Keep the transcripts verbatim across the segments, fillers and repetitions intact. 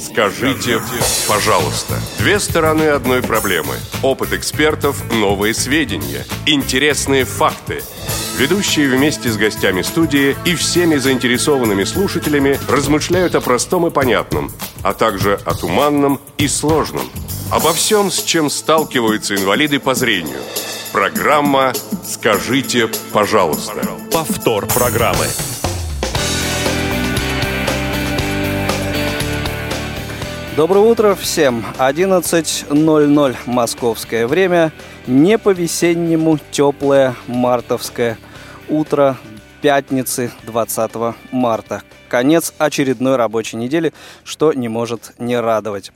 Скажите, пожалуйста. Две стороны одной проблемы. Опыт экспертов, новые сведения, интересные факты. Ведущие вместе с гостями студии и всеми заинтересованными слушателями размышляют о простом и понятном, а также о туманном и сложном. Обо всем, с чем сталкиваются инвалиды по зрению. Программа «Скажите, пожалуйста». Повтор программы. Доброе утро всем. одиннадцать ноль ноль московское время. Не по-весеннему теплое мартовское утро пятницы двадцатого марта. Конец очередной рабочей недели, что не может не радовать.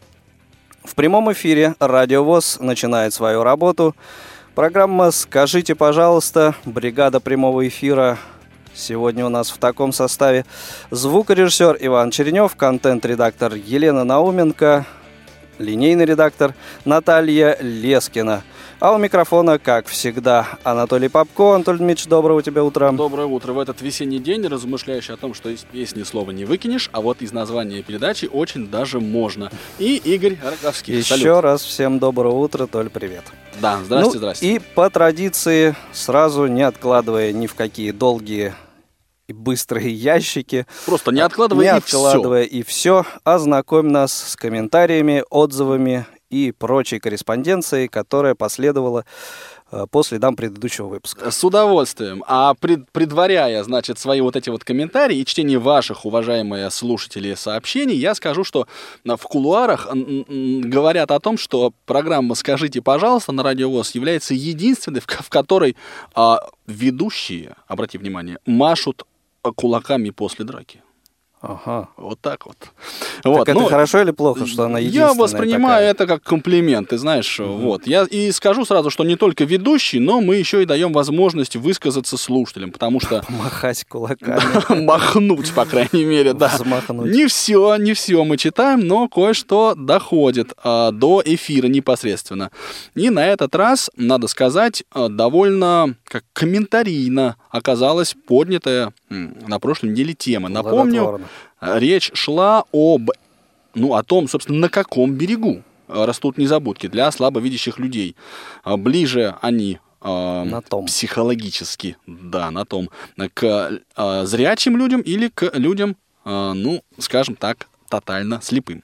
В прямом эфире Радио ВОС начинает свою работу. Программа «Скажите, пожалуйста», бригада прямого эфира. Сегодня у нас в таком составе: звукорежиссер Иван Черенев, контент-редактор Елена Науменко, линейный редактор Наталья Лескина. А у микрофона, как всегда, Анатолий Попко. Анатолий Дмитриевич, доброго тебе утра. Доброе утро. В этот весенний день размышляющий о том, что из песни слова не выкинешь, а вот из названия передачи очень даже можно. И Игорь Роговский. Еще Салют. раз всем доброго утра, Толь, привет. Да, здрасте, ну, здрасте. И по традиции, сразу не откладывая ни в какие долгие и быстрые ящики. Просто не откладывая не и откладывая все. и все. Ознакомь нас с комментариями, отзывами и прочей корреспонденцией, которая последовала э, по следам предыдущего выпуска. С удовольствием. А пред, предваряя, значит, свои вот эти вот комментарии и чтение ваших, уважаемые слушатели, сообщений, я скажу, что в кулуарах н- н- говорят о том, что программа «Скажите, пожалуйста» на Радио ВОС является единственной, в, в которой а, ведущие, обрати внимание, машут кулаками после драки. Ага. Вот так вот. Так вот. это ну, хорошо или плохо, что она единственная? Я воспринимаю такая? это как комплимент, ты знаешь. Угу. Вот. Я и скажу сразу, что не только ведущий, но мы еще и даем возможность высказаться слушателям, потому что... Помахать кулаками. Махнуть, по крайней мере, да. Взмахнуть. Не все, не все мы читаем, но кое-что доходит а, до эфира непосредственно. И на этот раз, надо сказать, довольно как комментарийно оказалась поднятая на прошлой неделе тема. Напомню, речь шла об, ну, о том, собственно, на каком берегу растут незабудки для слабовидящих людей. Ближе они на том. психологически, да, на том, к зрячим людям или к людям, ну, скажем так, тотально слепым.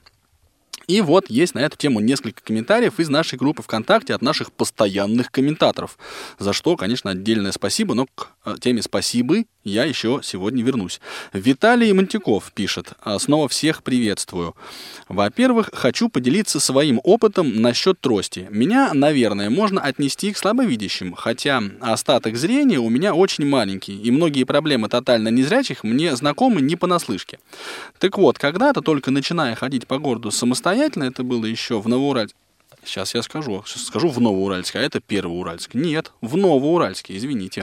И вот есть на эту тему несколько комментариев из нашей группы ВКонтакте от наших постоянных комментаторов. За что, конечно, отдельное спасибо, но к теме «спасибо» я еще сегодня вернусь. Виталий Монтяков пишет: «Снова всех приветствую. Во-первых, хочу поделиться своим опытом насчет трости. Меня, наверное, можно отнести к слабовидящим, хотя остаток зрения у меня очень маленький, и многие проблемы тотально незрячих мне знакомы не понаслышке. Так вот, когда-то, только начиная ходить по городу самостоятельно, это было еще в Новоуральске, Сейчас я скажу. Сейчас скажу в Новоуральске, а это Первоуральск. Нет, в Новоуральске, извините.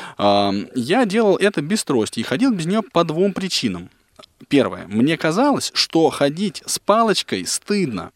Я делал это без трости и ходил без нее по двум причинам. Первое. Мне казалось, что ходить с палочкой стыдно,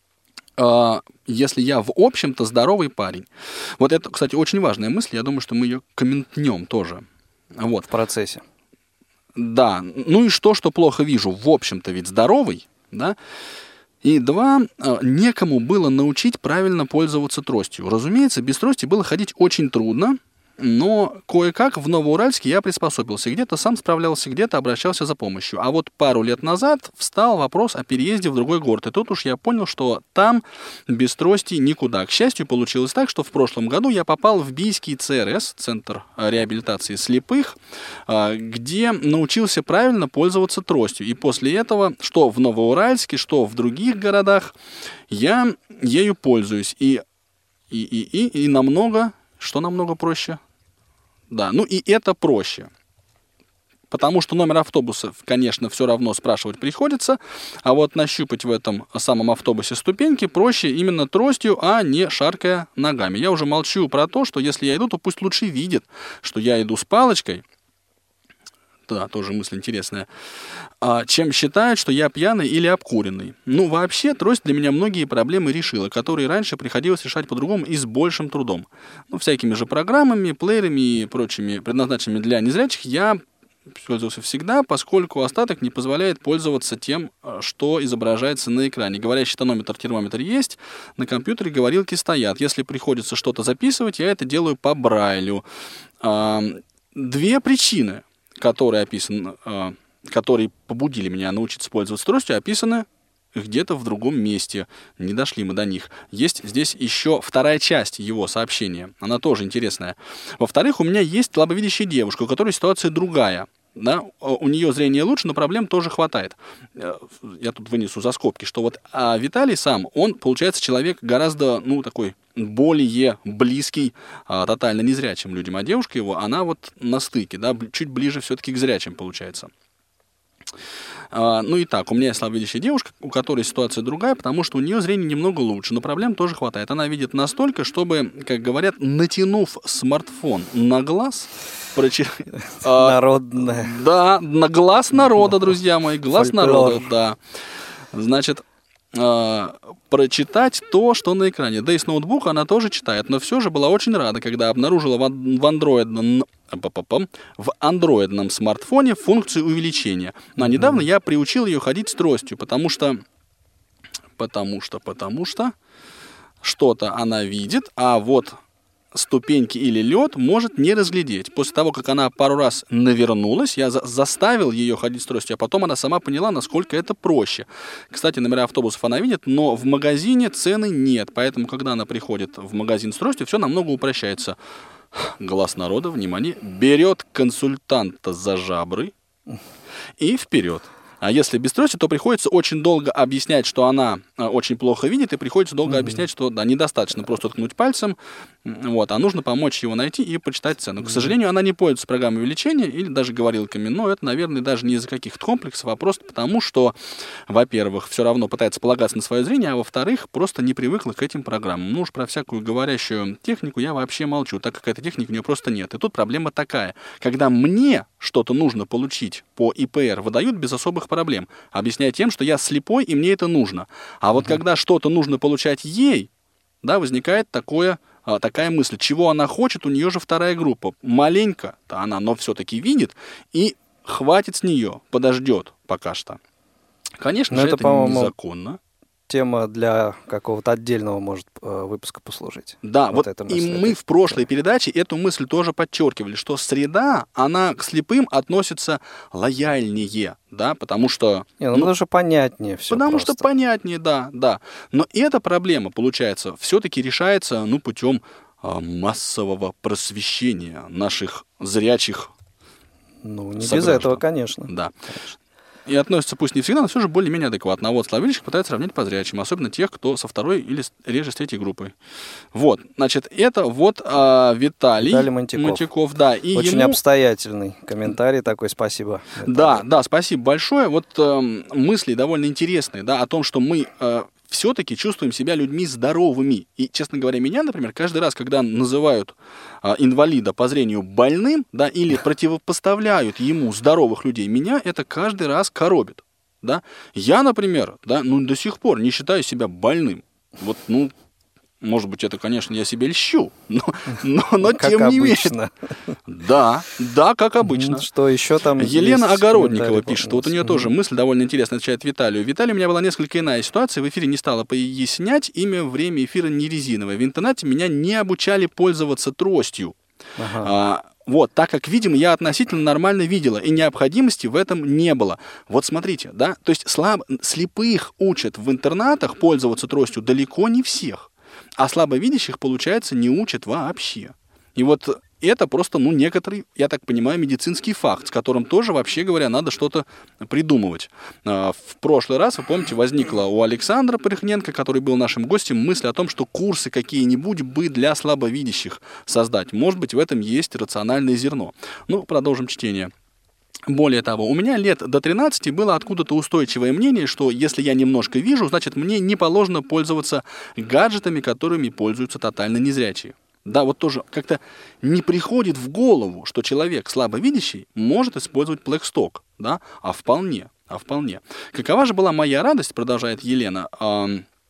если я, в общем-то, здоровый парень. Вот это, кстати, очень важная мысль. Я думаю, что мы ее комментнем тоже. Вот. В процессе. Да. Ну и что, что плохо вижу? В общем-то, ведь здоровый, да? И два, некому было научить правильно пользоваться тростью. Разумеется, без трости было ходить очень трудно, но кое-как в Новоуральске я приспособился. Где-то сам справлялся, где-то обращался за помощью. А вот пару лет назад встал вопрос о переезде в другой город. И тут уж я понял, что там без трости никуда. К счастью, получилось так, что в прошлом году я попал в Бийский ЦРС, Центр реабилитации слепых, где научился правильно пользоваться тростью. И после этого, что в Новоуральске, что в других городах, я ею пользуюсь. И, и, и, и, и намного... Что намного проще? Да, ну и это проще. Потому что номер автобуса, конечно, все равно спрашивать приходится, а вот нащупать в этом самом автобусе ступеньки проще именно тростью, а не шаркая ногами. Я уже молчу про то, что если я иду, то пусть лучше видит, что я иду с палочкой. Да, тоже мысль интересная. А, чем считают, что я пьяный или обкуренный. Ну, вообще, трость для меня многие проблемы решила, которые раньше приходилось решать по-другому и с большим трудом. Ну, всякими же программами, плеерами и прочими, предназначенными для незрячих, я пользовался всегда, поскольку остаток не позволяет пользоваться тем, что изображается на экране. Говорящий тонометр, термометр есть, на компьютере говорилки стоят. Если приходится что-то записывать, я это делаю по Брайлю. Две причины, которые описаны, которые побудили меня научиться пользоваться тростью, описаны где-то в другом месте. Не дошли мы до них. Есть здесь еще вторая часть его сообщения. Она тоже интересная. Во-вторых, у меня есть слабовидящая девушка, у которой ситуация другая. Да? У нее зрение лучше, но проблем тоже хватает. Я тут вынесу за скобки, что вот а Виталий сам, он, получается, человек гораздо, ну, такой более близкий а, тотально незрячим людям. А девушка его, она вот на стыке, да, чуть ближе все-таки к зрячим, получается. Uh, ну и так, у меня есть слабовидящая девушка, у которой ситуация другая, потому что у нее зрение немного лучше, но проблем тоже хватает. Она видит настолько, чтобы, как говорят, натянув смартфон на глаз, прочи... Народное. Uh, да, на глаз народа, друзья мои, глаз народа, да. Значит, Uh, прочитать то, что на экране. Да и с ноутбука она тоже читает, но все же была очень рада, когда обнаружила в, в, андроидном, в андроидном смартфоне функцию увеличения. Но mm-hmm. недавно я приучил ее ходить с тростью, потому что потому что, потому что что-то она видит, а вот ступеньки или лед может не разглядеть. После того, как она пару раз навернулась, я за- заставил ее ходить с тростью, а потом она сама поняла, насколько это проще. Кстати, номера автобусов она видит, но в магазине цены нет, поэтому, когда она приходит в магазин с тростью, все намного упрощается. Глаз народа, внимание, берет консультанта за жабры и вперед. А если без трости, то приходится очень долго объяснять, что она очень плохо видит, и приходится долго mm-hmm. объяснять, что да, недостаточно просто ткнуть пальцем, вот, а нужно помочь его найти и почитать цену. Mm-hmm. К сожалению, она не пользуется программой увеличения или даже говорилками, но это, наверное, даже не из-за каких-то комплексов, а просто потому, что, во-первых, все равно пытается полагаться на свое зрение, а во-вторых, просто не привыкла к этим программам. Ну уж про всякую говорящую технику я вообще молчу, так как этой техники у нее просто нет. И тут проблема такая, когда мне что-то нужно получить по и пэ эр, выдают без особых проблем, объясняя тем, что я слепой и мне это нужно. А вот mm-hmm. когда что-то нужно получать ей, да, возникает такое, а, такая мысль, чего она хочет, у нее же вторая группа. Маленько-то она, но все-таки видит, и хватит с нее, подождет пока что. Конечно но же, это, это незаконно. Тема для какого-то отдельного, может, выпуска послужить. Да, вот, вот и мы в прошлой передаче эту мысль тоже подчеркивали, что среда, она к слепым относится лояльнее, да, потому что... Не, ну, ну потому что понятнее все Потому просто. что понятнее, да, да. Но эта проблема, получается, все-таки решается, ну, путем а, массового просвещения наших зрячих Ну, не сограждан. Без этого, конечно. Да. Конечно. И относится пусть не всегда, но все же более-менее адекватно. А вот слабовидящих пытаются сравнять по зрячим, особенно тех, кто со второй или реже с третьей группой. Вот, значит, это вот а, Виталий, Виталий Монтяков. Монтяков, да. И очень ему... обстоятельный комментарий такой, спасибо. Да, Виталий. да, спасибо большое. Вот э, мысли довольно интересные, да, о том, что мы... Э, все-таки чувствуем себя людьми здоровыми. И, честно говоря, меня, например, каждый раз, когда называют а, инвалида по зрению больным, да, или противопоставляют ему здоровых людей, меня это каждый раз коробит. Да? Я, например, да, ну, до сих пор не считаю себя больным. Вот, ну, может быть, это, конечно, я себе льщу, но, но, но тем не менее. Да, да, как обычно. Что еще там? Елена Огородникова пишет, вот у нее тоже мысль довольно интересная, отвечает Виталию. Виталий, у меня была несколько иная ситуация, в эфире не стала пояснять, имя, время эфира не резиновое. В интернете меня не обучали пользоваться тростью. Ага. А, вот, так как, видимо, я относительно нормально видела, и необходимости в этом не было. Вот смотрите, да, то есть слаб... слепых учат в интернатах пользоваться тростью далеко не всех. А слабовидящих, получается, не учат вообще. И вот это просто, ну, некоторый, я так понимаю, медицинский факт, с которым тоже, вообще говоря, надо что-то придумывать. В прошлый раз, вы помните, возникла у Александра Порохненко, который был нашим гостем, мысль о том, что курсы какие-нибудь бы для слабовидящих создать. Может быть, в этом есть рациональное зерно. Ну, продолжим чтение. Более того, у меня лет до тринадцати было откуда-то устойчивое мнение, что если я немножко вижу, значит мне не положено пользоваться гаджетами, которыми пользуются тотально незрячие. Да, вот тоже как-то не приходит в голову, что человек слабовидящий может использовать Blackstock, да, а вполне, а вполне. Какова же была моя радость, продолжает Елена,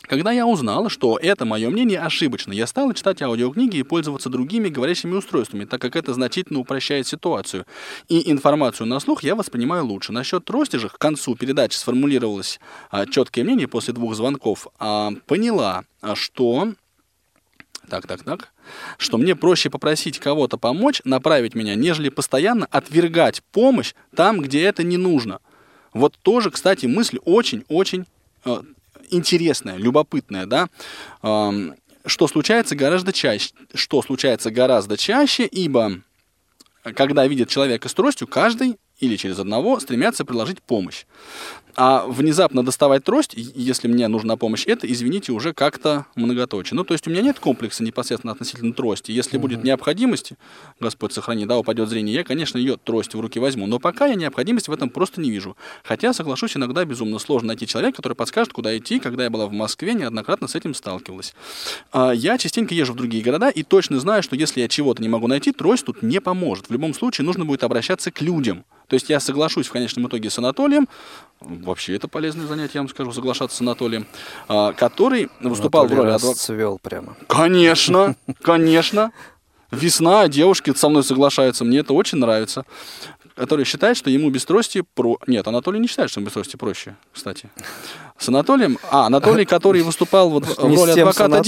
Когда я узнала, что это мое мнение ошибочно, я стала читать аудиокниги и пользоваться другими говорящими устройствами, так как это значительно упрощает ситуацию. И информацию на слух я воспринимаю лучше. Насчет трости же к концу передачи сформулировалось а, четкое мнение после двух звонков. А, поняла, а, что... Так, так, так. Что мне проще попросить кого-то помочь, направить меня, нежели постоянно отвергать помощь там, где это не нужно. Вот тоже, кстати, мысль очень-очень... интересное, любопытное, да, эм, что случается гораздо чаще, что случается гораздо чаще, ибо когда видит человека с тростью, каждый или через одного стремятся приложить помощь. А внезапно доставать трость, если мне нужна помощь, это, извините, уже как-то многоточие. Ну, то есть у меня нет комплекса непосредственно относительно трости. Если mm-hmm. будет необходимость, Господь сохрани, да, упадет зрение, я, конечно, ее трость в руки возьму. Но пока я необходимости в этом просто не вижу. Хотя, соглашусь, иногда безумно сложно найти человека, который подскажет, куда идти. Когда я была в Москве, неоднократно с этим сталкивалась. Я частенько езжу в другие города и точно знаю, что если я чего-то не могу найти, трость тут не поможет. В любом случае нужно будет обращаться к людям. То есть я соглашусь в конечном итоге с Анатолием, вообще это полезное занятие, я вам скажу, соглашаться с Анатолием, который выступал Анатолий в роли адвоката. Расцвел прямо. Конечно, конечно. Весна, девушки со мной соглашаются, мне это очень нравится. Который считает, что ему без трости... Про... Нет, Анатолий не считает, что ему без трости проще, кстати. С Анатолием... А, Анатолий, который выступал вот в роли адвоката...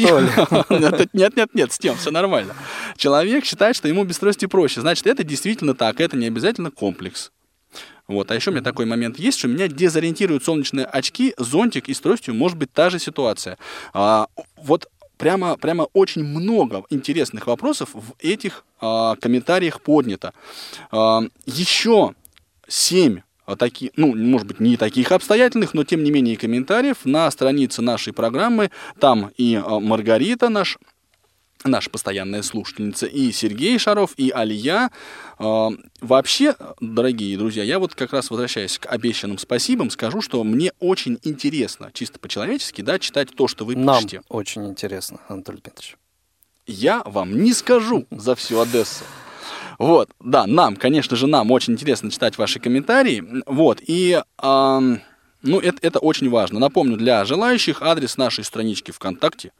Нет, нет, нет, с тем, все нормально. Человек считает, что ему без трости проще. Значит, это действительно так, это не обязательно комплекс. Вот. А еще у меня такой момент есть, что меня дезориентируют солнечные очки, зонтик и с тростью может быть та же ситуация. А, вот прямо, прямо очень много интересных вопросов в этих а, комментариях поднято. А, еще семь таких, ну, может быть, не таких обстоятельных, но тем не менее комментариев на странице нашей программы. Там и а, Маргарита, наш наша постоянная слушательница, и Сергей Шаров, и Алия. Э, вообще, дорогие друзья, я вот как раз, возвращаясь к обещанным спасибам, скажу, что мне очень интересно, чисто по-человечески, да, читать то, что вы Нам пишете. Нам очень интересно, Анатолий Дмитриевич. Я вам не скажу за всю Одессу. Вот, да, нам, конечно же, нам очень интересно читать ваши комментарии. Вот, и... Э, ну, это, это очень важно. Напомню, для желающих адрес нашей странички ВКонтакте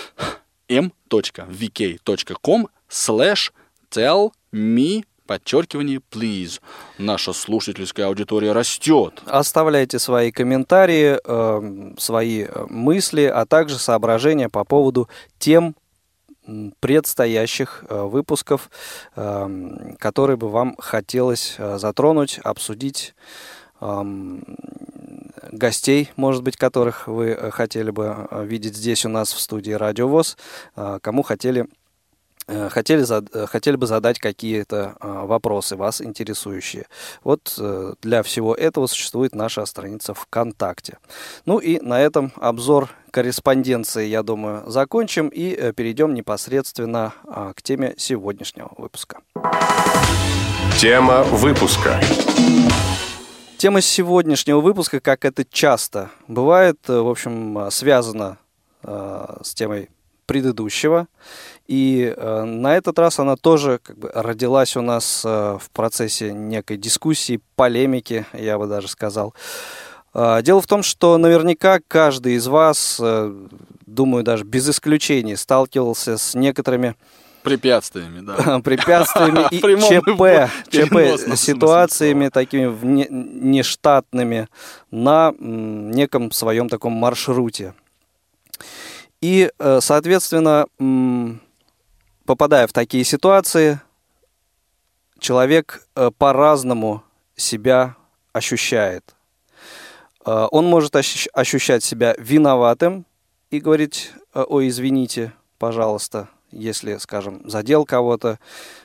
m.vk.com slash tell me, подчеркивание, please. Наша слушательская аудитория растет. Оставляйте свои комментарии, э, свои мысли, а также соображения по поводу тем предстоящих э, выпусков, э, которые бы вам хотелось э, затронуть, обсудить, э, гостей, может быть, которых вы хотели бы видеть здесь у нас в студии Радио ВОС, кому хотели, хотели, хотели бы задать какие-то вопросы, вас интересующие. Вот для всего этого существует наша страница ВКонтакте. Ну и на этом обзор корреспонденции, я думаю, закончим и перейдем непосредственно к теме сегодняшнего выпуска. Тема выпуска. Тема сегодняшнего выпуска, как это часто бывает, в общем, связана э, с темой предыдущего. И э, на этот раз она тоже как бы родилась у нас э, в процессе некой дискуссии, полемики, я бы даже сказал. Э, дело в том, что наверняка каждый из вас, э, думаю, даже без исключений, сталкивался с некоторыми препятствиями, да. Препятствиями и ЧП, ЧП ситуациями такими вне, нештатными на м, неком своем таком маршруте. И, соответственно, м, попадая в такие ситуации, человек по-разному себя ощущает. Он может ощущ- ощущать себя виноватым и говорить: ой, извините, пожалуйста, если, скажем, задел кого-то.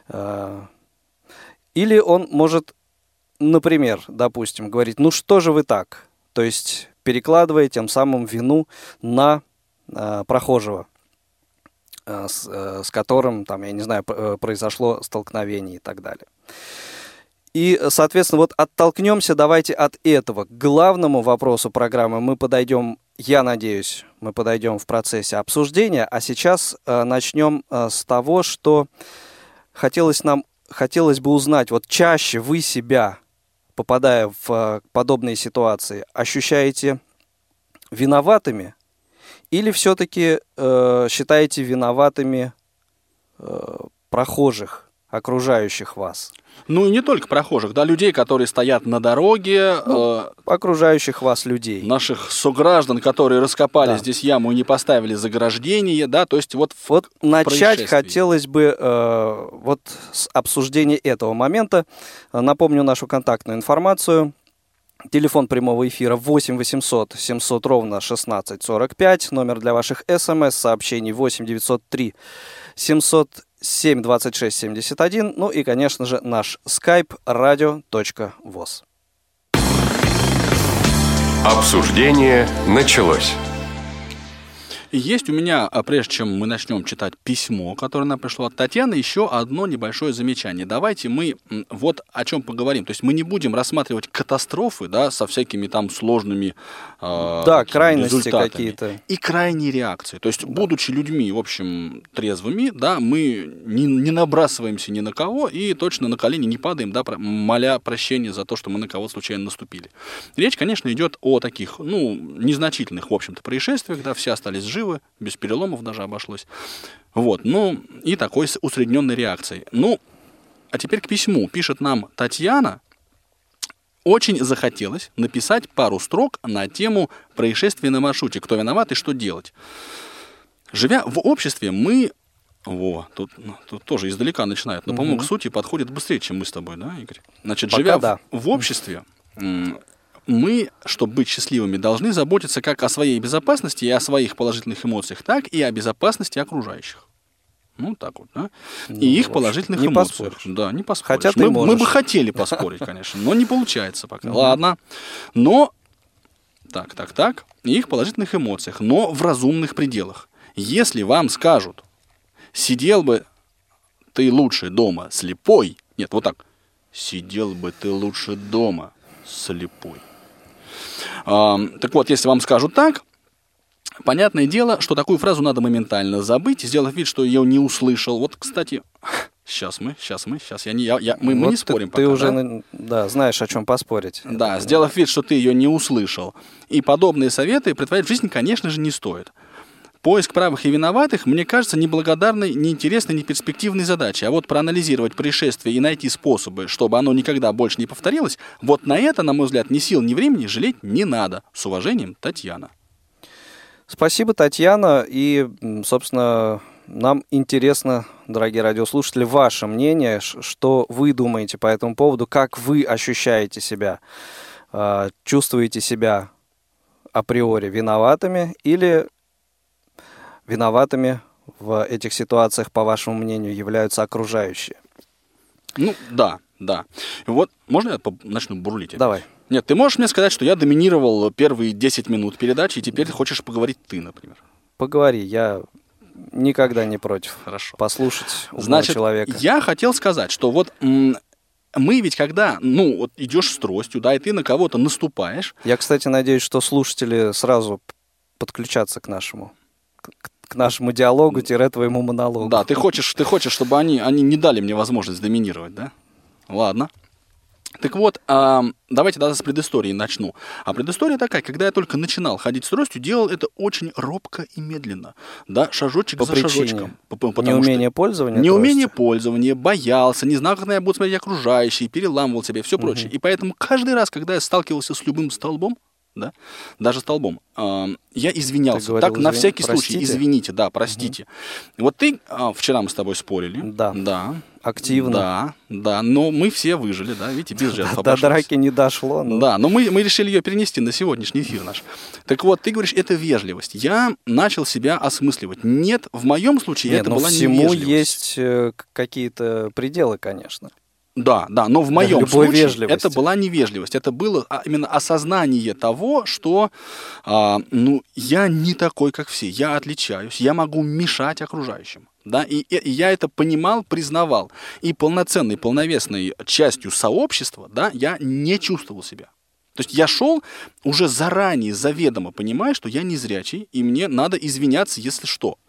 Или он может, например, допустим, говорить: ну что же вы так? То есть перекладывая тем самым вину на прохожего, с, с которым, там, я не знаю, произошло столкновение и так далее. И, соответственно, вот оттолкнемся давайте от этого. К главному вопросу программы мы подойдем, я надеюсь, мы подойдем в процессе обсуждения, а сейчас э, начнем э, с того, что хотелось нам, хотелось бы узнать, вот чаще вы себя, попадая в э, подобные ситуации, ощущаете виноватыми Или все-таки э, считаете виноватыми э, прохожих, окружающих вас? Ну и не только прохожих, да, людей, которые стоят на дороге, Ну, э, окружающих вас людей. наших сограждан, которые раскопали Да. здесь яму и не поставили заграждение, да, то есть вот... в- Вот начать происшествий. хотелось бы э, вот с обсуждения этого момента. Э, Напомню нашу контактную информацию. Телефон прямого эфира восемь восемьсот семьсот ровно шестнадцать сорок пять. Номер для ваших смс-сообщений восемь девятьсот три семьсот семь двадцать шесть семьдесят один. Ну и, конечно же, наш skype radio точка voz. Обсуждение началось. И есть у меня, а прежде чем мы начнем читать письмо, которое нам пришло от Татьяны, еще одно небольшое замечание. Давайте мы м, вот о чем поговорим. То есть мы не будем рассматривать катастрофы, да, со всякими там сложными э, Да, такими крайности результатами. какие-то. И крайние реакции. То есть, будучи людьми, в общем, трезвыми, да, мы не, не набрасываемся ни на кого и точно на колени не падаем, да, про- моля прощения за то, что мы на кого случайно наступили. Речь, конечно, идет о таких, ну, незначительных, в общем-то, происшествиях, да, все остались живы, без переломов даже обошлось. Вот, ну, и такой с усредненной реакцией. Ну, а теперь к письму. Пишет нам Татьяна. Очень захотелось написать пару строк на тему происшествия на маршруте. Кто виноват и что делать. Живя в обществе, мы... Во, тут, ну, тут тоже издалека начинают. Но, по-моему, Мгм. к сути подходит быстрее, чем мы с тобой, да, Игорь? Значит, Пока живя да. в, в обществе, м, мы, чтобы быть счастливыми, должны заботиться как о своей безопасности и о своих положительных эмоциях, так и о безопасности окружающих. Ну, так вот, да? Ну, И их в общем, положительных не эмоциях. поспоришь. Да, не поспоришь. Хотя ты мы, мы можешь. бы хотели поспорить, конечно, но не получается пока. Ладно. Но, так, так, так, и их положительных эмоциях, но в разумных пределах. Если вам скажут, сидел бы ты лучше дома слепой, нет, вот так, сидел бы ты лучше дома слепой. А, так вот, если вам скажут так, понятное дело, что такую фразу надо моментально забыть, сделав вид, что ее не услышал. Вот, кстати, сейчас мы, сейчас мы, сейчас я не, я, я- мы, мы Вот не ты- спорим Ты пока, уже да? на- да, знаешь, о чем поспорить. Да, сделав вид, что ты ее не услышал. И подобные советы притворять в жизнь, конечно же, не стоит. Поиск правых и виноватых, мне кажется, неблагодарной, неинтересной, неперспективной задачей. А вот проанализировать происшествие и найти способы, чтобы оно никогда больше не повторилось, вот на это, на мой взгляд, ни сил, ни времени жалеть не надо. С уважением, Татьяна. Спасибо, Татьяна. И, м, собственно, нам интересно, дорогие радиослушатели, ваше мнение, ш- что вы думаете по этому поводу, как вы ощущаете себя, э, чувствуете себя априори виноватыми или виноватыми в этих ситуациях, по вашему мнению, являются окружающие. Ну, да, да. Вот, можно я по- начну бурлить? Давай. Нет, ты можешь мне сказать, что я доминировал первые десять минут передачи, и теперь хочешь поговорить ты, например? Поговори, я никогда не против Хорошо. послушать умного Значит, человека. я хотел сказать, что вот м, мы ведь когда, ну, вот идешь с тростью, да, и ты на кого-то наступаешь, Я, кстати, надеюсь, что слушатели сразу п- подключатся к нашему, к, к нашему диалогу-твоему монологу. да, ты хочешь, ты хочешь, чтобы они, они не дали мне возможность доминировать, да? Ладно. Так вот, а, давайте тогда с предыстории начну. А предыстория такая, когда я только начинал ходить с тростью, делал это очень робко и медленно, да, шажочек По за причине шажочком. П- п- потому неумение что пользования Неумение тростью. пользования, боялся, не знал, как на меня будут смотреть окружающие, переламывал себя и все прочее. И поэтому каждый раз, когда я сталкивался с любым столбом, да, даже столбом, а, я извинялся. Ты говорил, Так, на извини- всякий случай, простите? извините, да, простите. Вот ты, а, вчера мы с тобой спорили. Да. Да. Активно. Да, да, но мы все выжили, да, видите, без жертв До обошлось. драки не дошло. но- Да, но мы, мы решили ее перенести на сегодняшний эфир наш. Так вот, ты говоришь, это вежливость. Я начал себя осмысливать. Нет, в моем случае Нет, это ну была всему невежливость. есть э, к- какие-то пределы, конечно. Да, да, но в моем любой случае вежливости. это была невежливость. Это было а, именно осознание того, что а, ну, я не такой, как все. Я отличаюсь, я могу мешать окружающим. Да? И, и- и я это понимал, признавал. И полноценной, полновесной частью сообщества, да, я не чувствовал себя. То есть я шел уже заранее, заведомо понимая, что я незрячий, и мне надо извиняться, если что.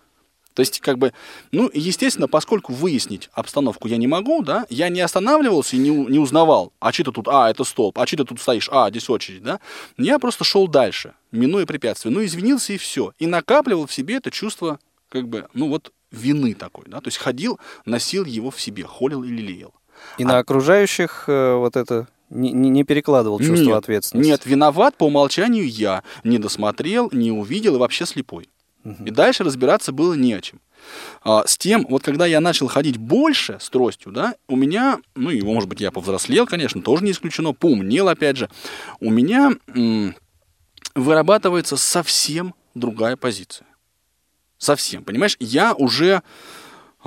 То есть, как бы, ну, естественно, поскольку выяснить обстановку я не могу, да, я не останавливался и не, не узнавал, а что ты тут, а, это столб, а что ты тут стоишь, а, здесь очередь, да. Я просто шел дальше, минуя препятствия, ну, извинился и все. И накапливал в себе это чувство, как бы, ну, вот, вины такой, да, то есть ходил, носил его в себе, холил и лелеял. И а... на окружающих э, вот это не, не, не перекладывал чувство нет, ответственности? Нет, виноват по умолчанию я, не досмотрел, не увидел и вообще слепой. Угу. И дальше разбираться было не о чем. А, с тем, вот когда я начал ходить больше с тростью, да, у меня, ну, и, может быть, я повзрослел, конечно, тоже не исключено, поумнел, опять же, у меня м- вырабатывается совсем другая позиция. Совсем, понимаешь? Я уже, э,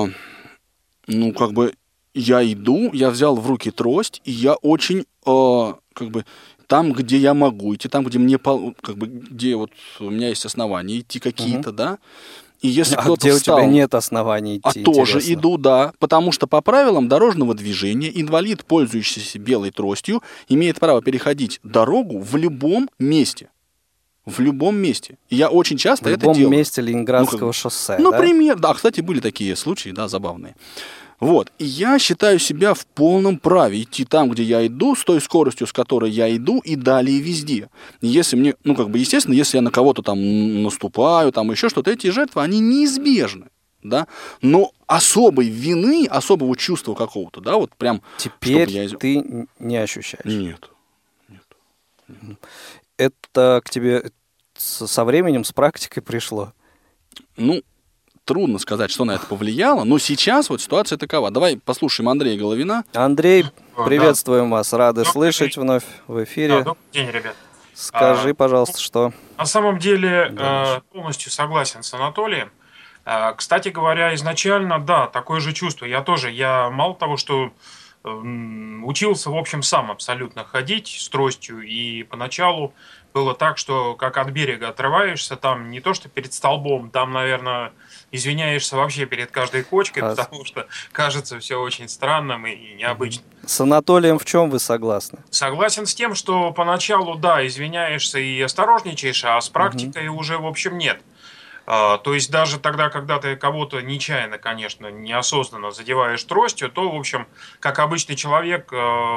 ну, как бы, я иду, я взял в руки трость, и я очень, э, как бы, там, где я могу идти, там, где мне, как бы, где вот у меня есть основания идти какие-то, угу. да. И если а кто-то где встал, у тебя нет оснований идти, а тоже интересно. иду, да, потому что по правилам дорожного движения инвалид, пользующийся белой тростью, имеет право переходить дорогу в любом месте. В любом месте. И я очень часто это делаю. В любом месте Ленинградского ну, как, шоссе, Ну, да? Например, да, кстати, были такие случаи, да, забавные. Вот, и я считаю себя в полном праве идти там, где я иду, с той скоростью, с которой я иду, и далее везде. И если мне, ну, как бы, естественно, если я на кого-то там наступаю, там еще что-то, эти жертвы, они неизбежны, да, но особой вины, особого чувства какого-то, да, вот прям... Теперь я... ты не ощущаешь? Нет. Нет. Нет. Это к тебе со временем, с практикой пришло? Ну, трудно сказать, что на это повлияло, но сейчас вот ситуация такова. Давай послушаем Андрея Головина. Андрей, приветствуем да. вас, рады добрый слышать день. вновь в эфире. Да, добрый день, ребят. Скажи, а, пожалуйста, что... На самом деле да, э, полностью согласен с Анатолием. Э, кстати говоря, изначально, да, такое же чувство. Я тоже, я мало того, что э, учился, в общем, сам абсолютно ходить с тростью, и поначалу было так, что как от берега отрываешься, там не то, что перед столбом, там, наверное, извиняешься вообще перед каждой кочкой, а... потому что кажется все очень странным и необычным. С Анатолием в чем вы согласны? Согласен с тем, что поначалу, да, извиняешься и осторожничаешь, а с практикой угу. уже, в общем, нет. А, то есть даже тогда, когда ты кого-то нечаянно, конечно, неосознанно задеваешь тростью, то, в общем, как обычный человек,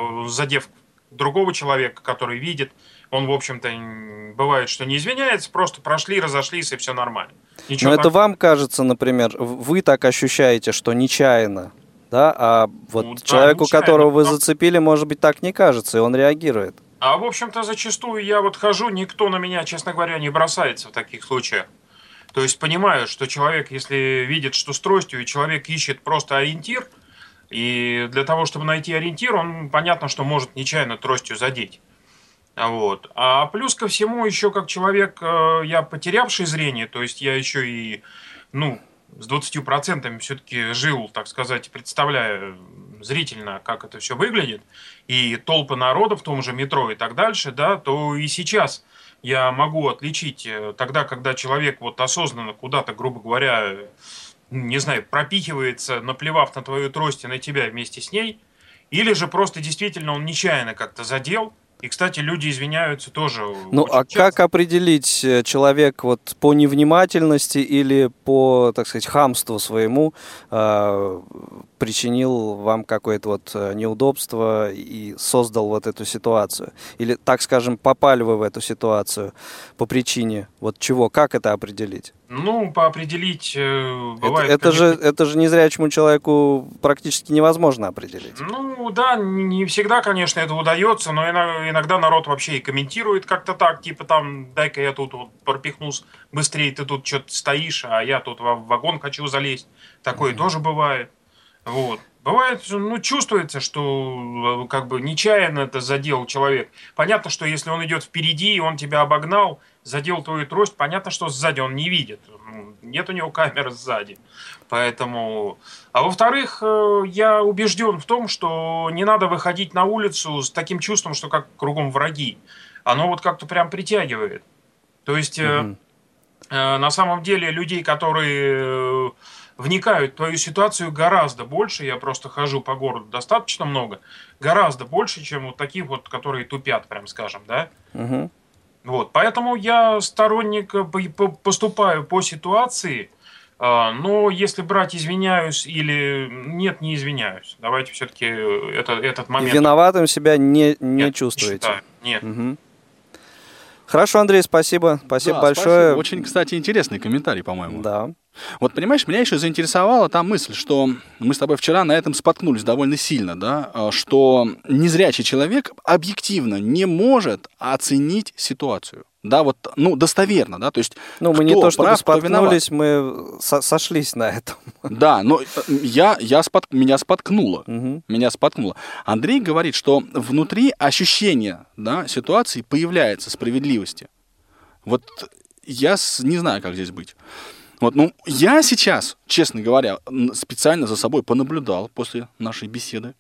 задев другого человека, который видит, он, в общем-то, бывает, что не извиняется, просто прошли, разошлись, и все нормально. Ничего Но так... это вам кажется, например, вы так ощущаете, что нечаянно, да? А вот ну, да, человеку, нечаянно, которого вы но... зацепили, может быть, так не кажется, и он реагирует. А, в общем-то, зачастую я вот хожу, никто на меня, честно говоря, не бросается в таких случаях. То есть понимаю, что человек, если видит, что с тростью, и человек ищет просто ориентир, и для того, чтобы найти ориентир, он, понятно, что может нечаянно тростью задеть. Вот. А плюс ко всему, еще как человек, я потерявший зрение, то есть я еще и, ну, с двадцатью процентами все-таки жил, так сказать, представляя зрительно, как это все выглядит, и толпы народа в том же метро и так дальше, да, то и сейчас я могу отличить тогда, когда человек вот осознанно куда-то, грубо говоря, не знаю, пропихивается, наплевав на твою трость и на тебя вместе с ней, или же просто действительно он нечаянно как-то задел. И, кстати, люди извиняются тоже. Ну, а часто. Как определить, человек вот по невнимательности или по, так сказать, хамству своему э, причинил вам какое-то вот неудобство и создал вот эту ситуацию? Или, так скажем, попали вы в эту ситуацию по причине вот чего? Как это определить? Ну, поопределить э, бывает... Это, это, же, это же незрячему человеку практически невозможно определить. Ну, да, не всегда, конечно, это удается, но иногда народ вообще и комментирует как-то так, типа там, дай-ка я тут вот пропихнусь быстрее, ты тут что-то стоишь, а я тут в вагон хочу залезть. Такое mm-hmm. тоже бывает. Вот. Бывает, ну, чувствуется, что как бы нечаянно это задел человек. Понятно, что если он идет впереди, и он тебя обогнал, задел твою трость, понятно, что сзади он не видит. Нет у него камеры сзади. Поэтому... А во-вторых, я убежден в том, что не надо выходить на улицу с таким чувством, что как кругом враги. Оно вот как-то прям притягивает. То есть, mm-hmm. э, на самом деле, людей, которые... вникают в твою ситуацию гораздо больше, я просто хожу по городу достаточно много, гораздо больше, чем вот таких вот, которые тупят, прям скажем, да? Угу. Вот, поэтому я сторонник, поступаю по ситуации, А, Но если брать «извиняюсь» или «нет, не извиняюсь», давайте все-таки это, этот момент... Виноватым себя не, не Нет, чувствуете? считаю. Нет. Угу. Хорошо, Андрей, спасибо. Спасибо Да, большое. спасибо. Очень, кстати, интересный комментарий, по-моему. Да. Вот, понимаешь, меня еще заинтересовала та мысль, что мы с тобой вчера на этом споткнулись довольно сильно, да, что незрячий человек объективно не может оценить ситуацию. Да, вот, ну, достоверно, да, то есть Ну, мы кто не то, чтобы прав, кто споткнулись, мы со- сошлись на этом. Да, но я, я спот, меня споткнуло. Угу. Меня споткнуло. Андрей говорит, что внутри ощущение, да, ситуации появляется справедливости. Вот я с, не знаю, как здесь быть. Вот, ну, я сейчас, честно говоря, специально за собой понаблюдал после нашей беседы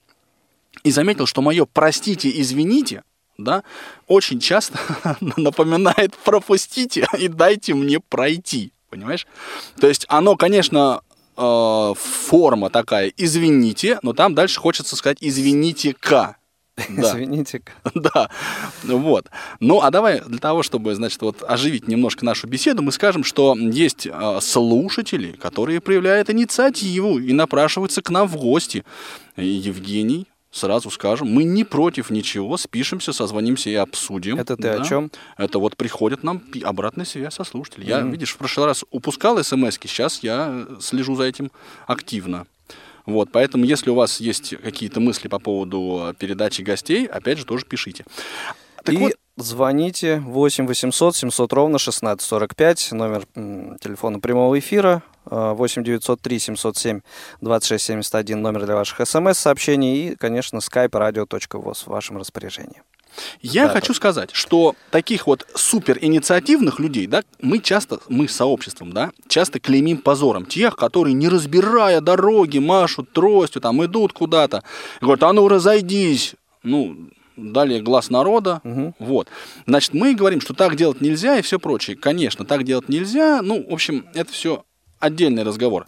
и заметил, что мое «простите, извините», да, очень часто напоминает «пропустите и дайте мне пройти». Понимаешь? То есть оно, конечно, э, форма такая «извините», но там дальше хочется сказать «извините-ка». Да. Извините. Да, вот. Ну, а давай для того, чтобы, значит, вот оживить немножко нашу беседу, мы скажем, что есть э, слушатели, которые проявляют инициативу и напрашиваются к нам в гости. И Евгений, сразу скажем, мы не против ничего, спишемся, созвонимся и обсудим. Это ты да. о чем? Это вот приходит нам пи- обратная связь со слушателей. Я, Мгм. видишь, в прошлый раз упускал смс-ки, сейчас я слежу за этим активно. Вот, поэтому, если у вас есть какие-то мысли по поводу передачи гостей, опять же, тоже пишите. Так И вот, звоните восемь восемьсот семьсот ровно шестнадцать сорок пять, номер м, телефона прямого эфира, э, восемь девятьсот три семьсот семь двадцать шесть семьдесят один, номер для ваших смс-сообщений и, конечно, skype radio точка voz в вашем распоряжении. я Да, хочу так. сказать, что таких вот суперинициативных людей, да, мы часто, мы с сообществом, да, часто клеймим позором тех, которые, не разбирая дороги, машут тростью, там, идут куда-то, и говорят, а ну разойдись, ну, далее глаз народа, Мгм. вот. Значит, мы говорим, что так делать нельзя и все прочее. Конечно, так делать нельзя, ну, в общем, это все отдельный разговор.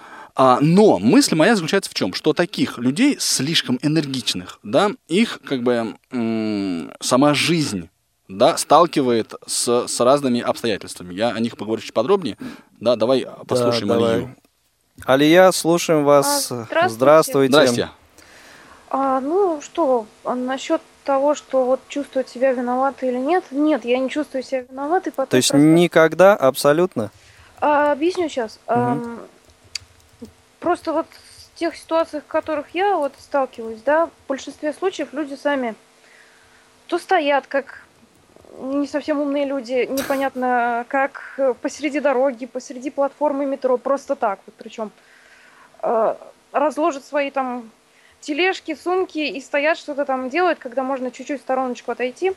А, но мысль моя заключается в чем? Что таких людей, слишком энергичных, да, их как бы м- сама жизнь, да, сталкивает с, с разными обстоятельствами. Я о них поговорю чуть подробнее. Да, давай послушаем Да, давай. Алию. Алия, слушаем вас. А, здравствуйте. Здравствуйте. Здрасте. А, ну что, а насчет того, что вот чувствовать себя виноватой или нет? Нет, я не чувствую себя виноватой. по То той есть простой- никогда абсолютно? А, объясню сейчас. Мгм. Ам, просто вот в тех ситуациях, в которых я вот сталкиваюсь, да, в большинстве случаев люди сами то стоят, как не совсем умные люди, непонятно как, э, посреди дороги, посреди платформы метро, просто так вот, причем э, разложат свои там тележки, сумки и стоят, что-то там делают, когда можно чуть-чуть в стороночку отойти.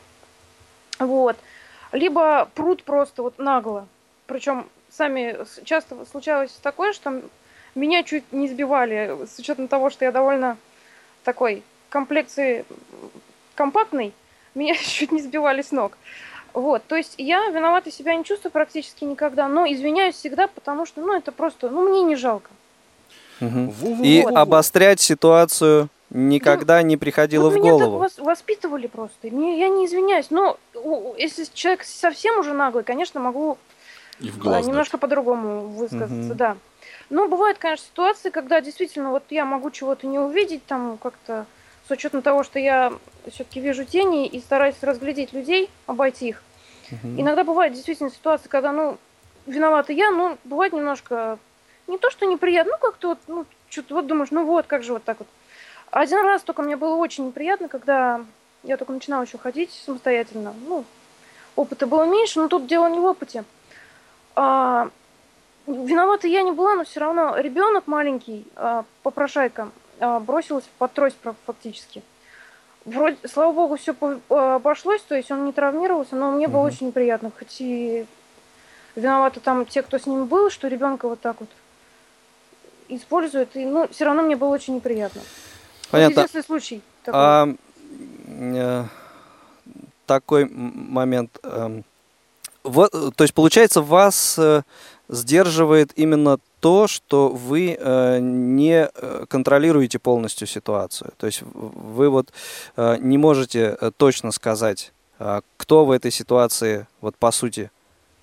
Вот. Либо прут просто вот нагло. Причем сами с- часто случалось такое, что м- меня чуть не сбивали, с учетом того, что я довольно такой комплекции м, компактный, меня чуть не сбивали с ног. Вот, то есть я виноватой себя не чувствую практически никогда, но извиняюсь всегда, потому что, ну, это просто, ну, мне не жалко. Мгм. Во-во-во-во. И Вот. обострять ситуацию никогда не приходило Вот в меня голову. так вос- воспитывали просто. Мне- я не извиняюсь. Но у- у- если человек совсем уже наглый, конечно, могу И в а, глаз дать. немножко по-другому высказаться, Мгм. да. Но бывают, конечно, ситуации, когда действительно вот я могу чего-то не увидеть, там как-то с учетом того, что я все-таки вижу тени и стараюсь разглядеть людей, обойти их. Мгм. Иногда бывает действительно ситуация, когда, ну, виновата я, но бывает немножко не то, что неприятно, ну, как-то вот, ну, что-то вот думаешь, ну вот, как же вот так вот. Один раз только мне было очень неприятно, когда я только начинала еще ходить самостоятельно. Ну, опыта было меньше, но тут дело не в опыте. А, виновата я не была, но все равно ребенок маленький, а, попрошайка, а, бросилась под трость про- фактически. Вроде, слава богу, все обошлось, то есть он не травмировался, но мне было Мгм. очень неприятно. Хоть и виноваты там те, кто с ним был, что ребенка вот так вот используют, и, ну, все равно мне было очень неприятно. Вот Понятно. единственный случай такой. А, э, такой м- момент. эм, Вот, э, то есть, получается, вас э, сдерживает именно то, что вы э, не э, контролируете полностью ситуацию. То есть в- вы вот э, не можете э, точно сказать, э, кто в этой ситуации, вот по сути,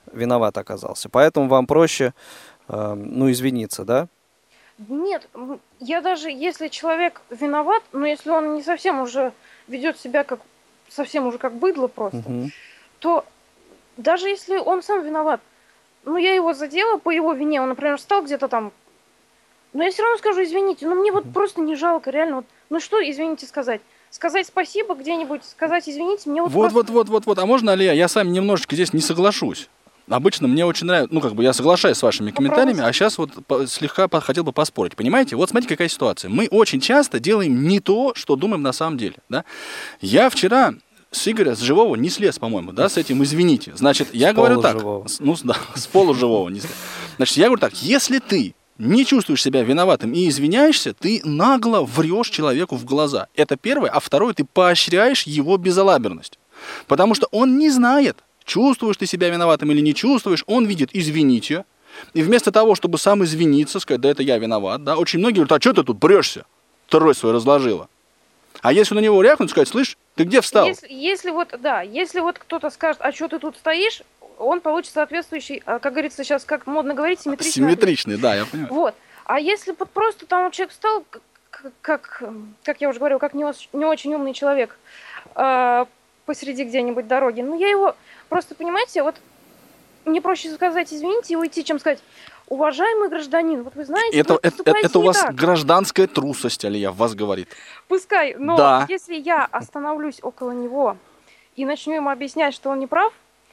виноват оказался. Поэтому вам проще, э, ну, извиниться, да? Нет, я даже, если человек виноват, но если он не совсем уже ведет себя как, совсем уже как быдло просто, угу. то даже если он сам виноват, ну, я его задела по его вине, он, например, встал где-то там, но я все равно скажу, извините, ну, мне вот просто не жалко, реально, вот, ну, что, извините, сказать? Сказать спасибо где-нибудь, сказать извините, мне вот Вот, просто... вот, вот, вот, вот, а можно, Алия, я с вами немножечко здесь не соглашусь. Обычно мне очень нравится, ну, как бы я соглашаюсь с вашими комментариями, а сейчас вот слегка хотел бы поспорить. Понимаете? Вот смотрите, какая ситуация. Мы очень часто делаем не то, что думаем на самом деле, да? Я вчера с Игоря, с живого не слез, по-моему, да, с этим извините. Значит, я с говорю так, с, ну, да, с полуживого не слез. Значит, я говорю так, если ты не чувствуешь себя виноватым и извиняешься, ты нагло врешь человеку в глаза. Это первое. А второе, ты поощряешь его безалаберность. Потому что он не знает, чувствуешь ты себя виноватым или не чувствуешь, он видит «извините». И вместо того, чтобы сам извиниться, сказать, да это я виноват, да, очень многие говорят, а что ты тут брешься? Трой свой разложила. А если на него рявкнуть, сказать, слышь, ты где встал? Если, если вот, да, если вот кто-то скажет, а что ты тут стоишь, он получит соответствующий, как говорится сейчас, как модно говорить, симметричный. Симметричный, ответ. Да, я понимаю. Вот. А если вот просто там человек встал, как, как, как я уже говорила, как не, не очень умный человек, э, посреди где-нибудь дороги, ну я его просто, понимаете, вот мне проще сказать извините и уйти, чем сказать уважаемый гражданин, вот вы знаете, это, вы это, это у вас так. Гражданская трусость, Алия, вас говорит. Пускай, но да. если я остановлюсь около него и начну ему объяснять, что он не прав,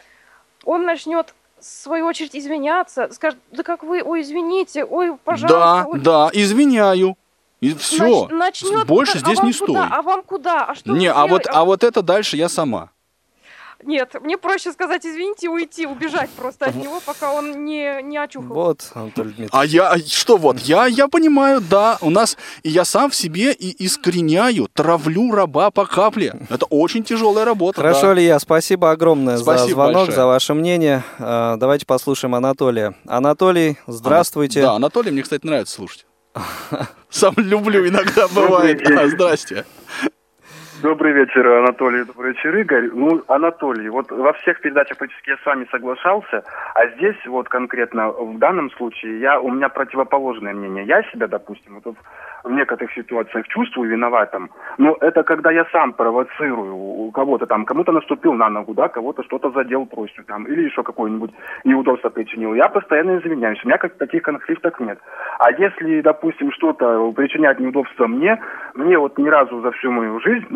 он начнет, в свою очередь, извиняться, скажет, да как вы, ой, извините, ой, пожалуйста. Да, ой. да, извиняю. И все. Нач, начнет, больше а здесь не стой. Куда? А вам куда? А что не, а вот, а вот это дальше я сама. Нет, мне проще сказать извините, уйти, убежать просто от него, пока он не, не очухался. Вот, Анатолий Дмитриевич. А я, что вот, я, я понимаю, да, у нас, и я сам в себе и искореняю, травлю раба по капле. Это очень тяжелая работа. Хорошо, да. Илья, спасибо огромное спасибо за звонок, большое. за ваше мнение. Давайте послушаем Анатолия. Анатолий, здравствуйте. Да, Анатолий, мне, кстати, нравится слушать. Сам люблю, иногда бывает. Здрасте. Добрый вечер, Анатолий. Добрый вечер, Игорь. Ну, Анатолий, вот во всех передачах практически я с вами соглашался, а здесь вот конкретно в данном случае я, у меня противоположное мнение. Я себя, допустим, вот в некоторых ситуациях чувствую виноватым, но это когда я сам провоцирую у кого-то там, кому-то наступил на ногу, да, кого-то что-то задел тростью там, или еще какое-нибудь неудобство причинил. Я постоянно извиняюсь, у меня как таких конфликтов нет. А если, допустим, что-то причиняет неудобство мне, мне вот ни разу за всю мою жизнь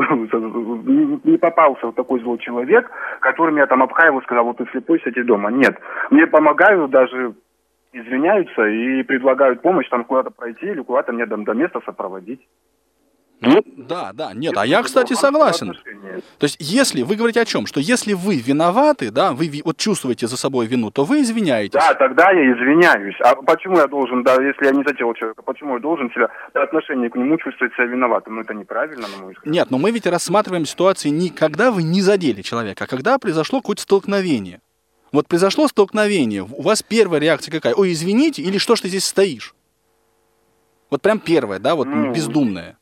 не попался вот такой злой человек, который меня там обхаивал, сказал, вот ты слепой, сиди дома. Нет. Мне помогают, даже извиняются и предлагают помощь там куда-то пройти или куда-то мне там до места сопроводить. Ну, да, да, нет, а я, кстати, согласен. То есть, если, вы говорите о чем? Что если вы виноваты, да, вы вот чувствуете за собой вину, то вы извиняетесь. Да, тогда я извиняюсь. А почему я должен, да, если я не задел человека, почему я должен себя, по отношению к нему чувствовать себя виноватым? Ну, это неправильно, на мой взгляд. Нет, но мы ведь рассматриваем ситуации не когда вы не задели человека, а когда произошло какое-то столкновение. Вот произошло столкновение, у вас первая реакция какая? Ой, извините, или что ж ты здесь стоишь? Вот прям первая, да, вот ну... бездумная.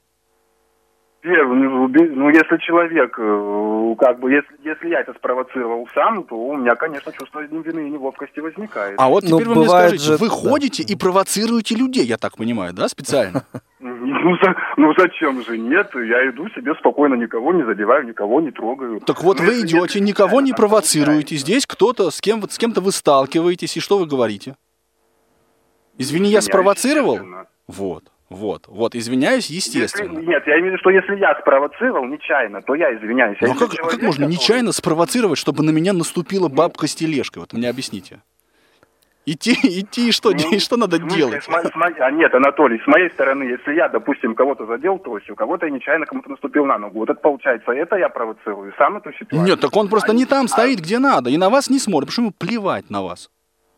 Первый, ну, если человек, как бы, если, если я это спровоцировал сам, то у меня, конечно, чувство вины и неловкости возникает. А вот теперь ну, вы мне скажите, же... вы ходите да. и провоцируете людей, я так понимаю, да, специально? Ну, за, ну, зачем же? Нет, я иду себе спокойно, никого не задеваю, никого не трогаю. Так вот вы идете, никого не провоцируете, здесь кто-то, с, кем, с кем-то вы сталкиваетесь, и что вы говорите? Извини, я спровоцировал? Вот. Вот, вот, извиняюсь, естественно. Если, нет, я имею в виду, что если я спровоцировал нечаянно, то я извиняюсь. Ну, а как, как можно который... нечаянно спровоцировать, чтобы на меня наступила бабка с тележкой? Вот мне объясните. Идти, идти, что, ну, что надо смысле, делать? С мо... с мо... А нет, Анатолий, с моей стороны, если я, допустим, кого-то задел тростью, кого-то я нечаянно кому-то наступил на ногу, вот это получается, это я провоцирую, сам эту ситуацию. Нет, так он просто а не там а... стоит, где надо, и на вас не смотрит, потому что ему плевать на вас.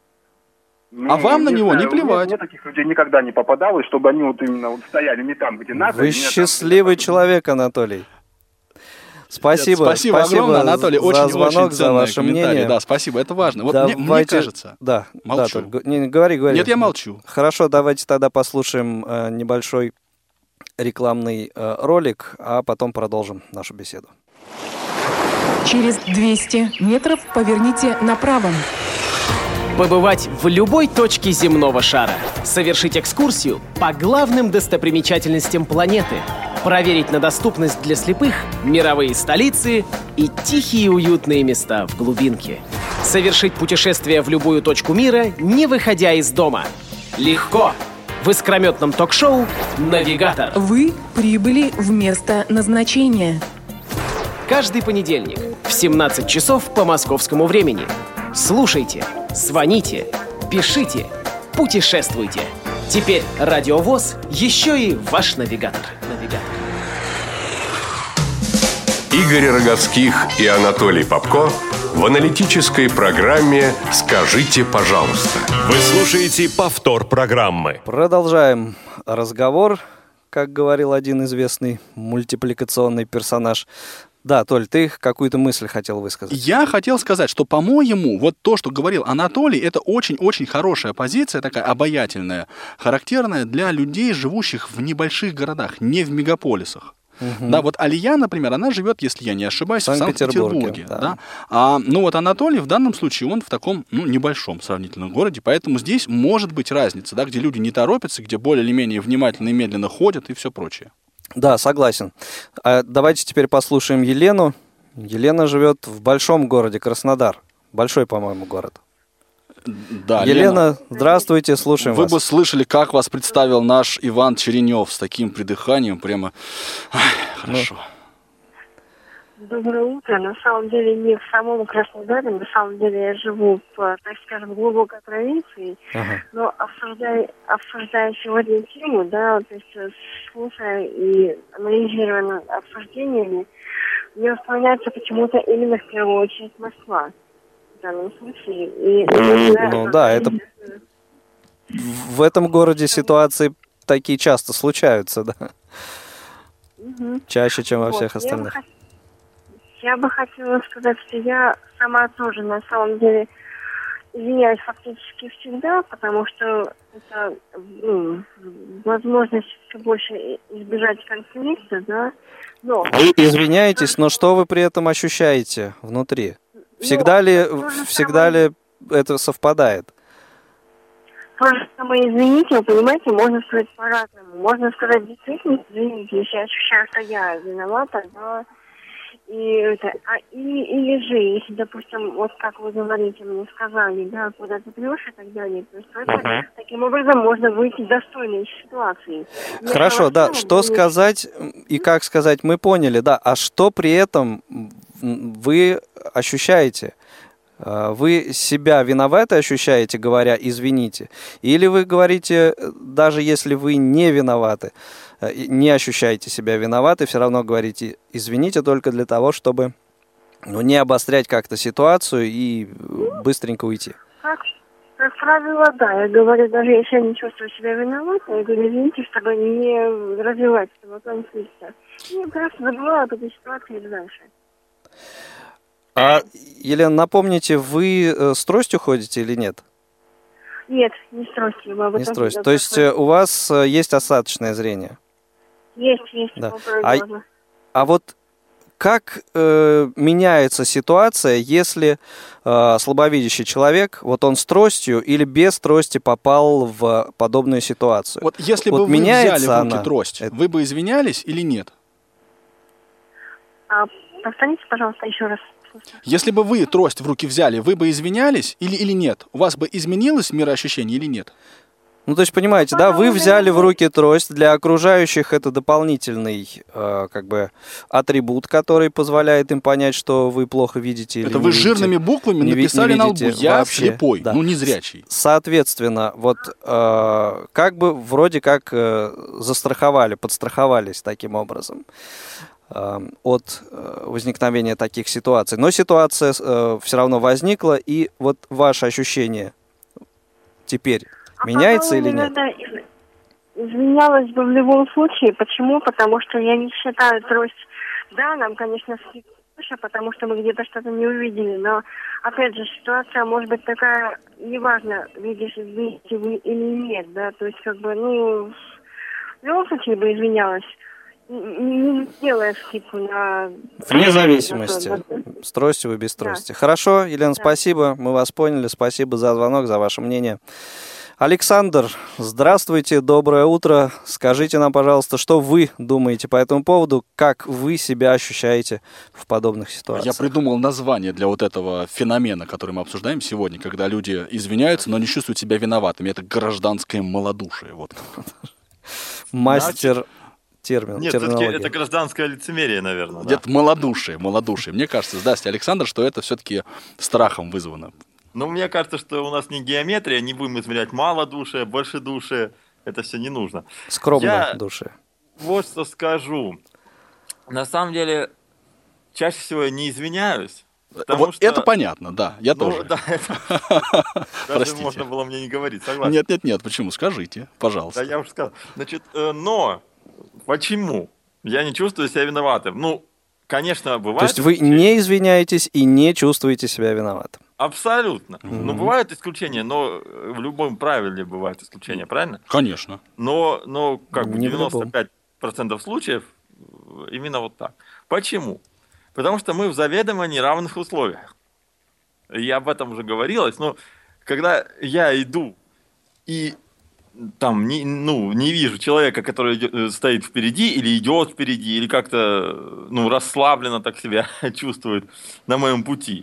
Ну, а вам на него знаю, не плевать. Мне, мне таких людей никогда не попадалось, чтобы они вот именно вот стояли не там, где надо. Вы счастливый там, человек, Анатолий. Спасибо. Спасибо, спасибо огромное, Анатолий. За очень, звонок, очень за ваше мнение. Да, спасибо, это важно. Вот давайте... мне, мне кажется. Да, молчу. Да, не, говори, говори. Нет, я молчу. Хорошо, давайте тогда послушаем э, небольшой рекламный э, ролик, а потом продолжим нашу беседу. Через двести метров поверните направо. Побывать в любой точке земного шара. Совершить экскурсию по главным достопримечательностям планеты. Проверить на доступность для слепых мировые столицы и тихие уютные места в глубинке. Совершить путешествие в любую точку мира, не выходя из дома. Легко! В искрометном ток-шоу «Навигатор». Вы прибыли в место назначения. Каждый понедельник в семнадцать часов по московскому времени. Слушайте, звоните, пишите, путешествуйте. Теперь Радио ВОС еще и ваш навигатор. Навигатор. Игорь Роговских и Анатолий Попко в аналитической программе «Скажите, пожалуйста». Вы слушаете повтор программы. Продолжаем разговор, как говорил один известный мультипликационный персонаж. Да, Толь, ты какую-то мысль хотел высказать. Я хотел сказать, что, по-моему, вот то, что говорил Анатолий, это очень-очень хорошая позиция, такая обаятельная, характерная для людей, живущих в небольших городах, не в мегаполисах. Угу. Да, вот Алия, например, она живет, если я не ошибаюсь, в Санкт-Петербурге. Санкт-Петербурге да. Да? А, ну вот Анатолий в данном случае, он в таком, ну, небольшом сравнительном городе, поэтому здесь может быть разница, да, где люди не торопятся, где более или менее внимательно и медленно ходят и все прочее. Да, согласен. А давайте теперь послушаем Елену. Елена живет в большом городе Краснодар. Большой, по-моему, город. Да, Елена, Лена, здравствуйте, слушаем вы вас. Вы бы слышали, как вас представил наш Иван Черенев с таким придыханием, прямо Ай, хорошо. Доброе утро. На самом деле не в самом Краснодаре, на самом деле я живу в, так скажем, глубокой провинции, ага. но обсуждая, обсуждая сегодня тему, да, то есть слушая и анализируя обсуждениями, мне вспоминается почему-то именно в первую очередь Москва. В данном случае. И, ну и, да, это в этом городе ситуации такие часто случаются, да. Угу. Чаще, чем во вот, всех остальных. Я бы, я бы хотела сказать, что я сама тоже на самом деле извиняюсь фактически всегда, потому что это ну, возможность все больше избежать конфликта, да. Но... Вы извиняетесь, но что вы при этом ощущаете внутри? Всегда ну, ли, всегда самое... ли это совпадает? То же самое, извините, вы понимаете, можно сказать по-разному. Можно сказать, действительно, извините, если я ощущаю, что я виновата, да, и это, а, и, или же, если, допустим, вот как вы говорите, мне сказали, да, куда ты пьешь и так далее, то есть uh-huh. это, таким образом можно выйти достойно из ситуации. Но хорошо, да, что будет... сказать и как сказать, мы поняли, да, а что при этом вы ощущаете? Вы себя виноваты ощущаете, говоря «извините»? Или вы говорите, даже если вы не виноваты, не ощущаете себя виноваты, все равно говорите «извините» только для того, чтобы ну, не обострять как-то ситуацию и быстренько уйти? Как, как правило, да. Я говорю, даже если я не чувствую себя виноватой, я говорю «извините», чтобы не развивать этого конфликта. И просто забываю об этой ситуации и дальше. А, Елена, напомните, вы с тростью ходите или нет? Нет, не с тростью. Не с тростью. То есть у вас есть осадочное зрение? Есть, есть. Да. А, а вот как э, меняется ситуация, если э, слабовидящий человек, вот он с тростью или без трости попал в подобную ситуацию? Вот если вот бы вы взяли в руки трость, это... вы бы извинялись или нет? А, повторите, пожалуйста, еще раз. Если бы вы трость в руки взяли, вы бы извинялись или, или нет? У вас бы изменилось мироощущение или нет? Ну, то есть, понимаете, да, вы взяли в руки трость, для окружающих это дополнительный, э, как бы, атрибут, который позволяет им понять, что вы плохо видите или это не вы видите. Жирными буквами не написали не на лбу «Я вообще, слепой», да. ну, не зрячий. Соответственно, вот, э, как бы, вроде как э, застраховали, подстраховались таким образом от возникновения таких ситуаций. Но ситуация э, все равно возникла, и вот ваше ощущение теперь а меняется или нет? Изменялось бы в любом случае. Почему? Потому что я не считаю трость... Да, нам, конечно, слыша, потому что мы где-то что-то не увидели, но, опять же, ситуация может быть такая, неважно, видишь, видите вы или нет, да, то есть, как бы, ну, в любом случае бы изменялась. не делаешь типа на... Вне зависимости, с тростью и без трости. Да. Хорошо, Елена, да. Спасибо, мы вас поняли. Спасибо за звонок, за ваше мнение. Александр, здравствуйте, доброе утро. Скажите нам, пожалуйста, что вы думаете по этому поводу, как вы себя ощущаете в подобных ситуациях? Я придумал название для вот этого феномена, который мы обсуждаем сегодня, когда люди извиняются, но не чувствуют себя виноватыми. Это гражданское малодушие. Вот. Мастер термин. Нет, все-таки это гражданское лицемерие, наверное. Где-то да? малодушие, малодушие. Мне кажется, здравствуйте, Александр, что это все-таки страхом вызвано. Ну, мне кажется, что у нас не геометрия, не будем измерять малодушие, большедушие, это все не нужно. Скромное душие. Вот что скажу. На самом деле, чаще всего я не извиняюсь. Вот что... это понятно, да, я ну, тоже. Да, это... Даже можно было мне не говорить, согласен. Нет, нет, нет, почему? Скажите, пожалуйста. Да, я уже сказал. Значит, но почему я не чувствую себя виноватым? Ну, конечно, бывает... То есть вы не извиняетесь и не чувствуете себя виноватым? Абсолютно. Mm-hmm. Ну, бывают исключения, но в любом правиле бывают исключения, правильно? Конечно. Но, но как бы не девяносто пять процентов случаев именно вот так. Почему? Потому что мы в заведомо неравных условиях. Я об этом уже говорилось, но когда я иду и там не, ну, не вижу человека, который идет, стоит впереди или идет впереди, или как-то ну, расслабленно так себя чувствует на моем пути,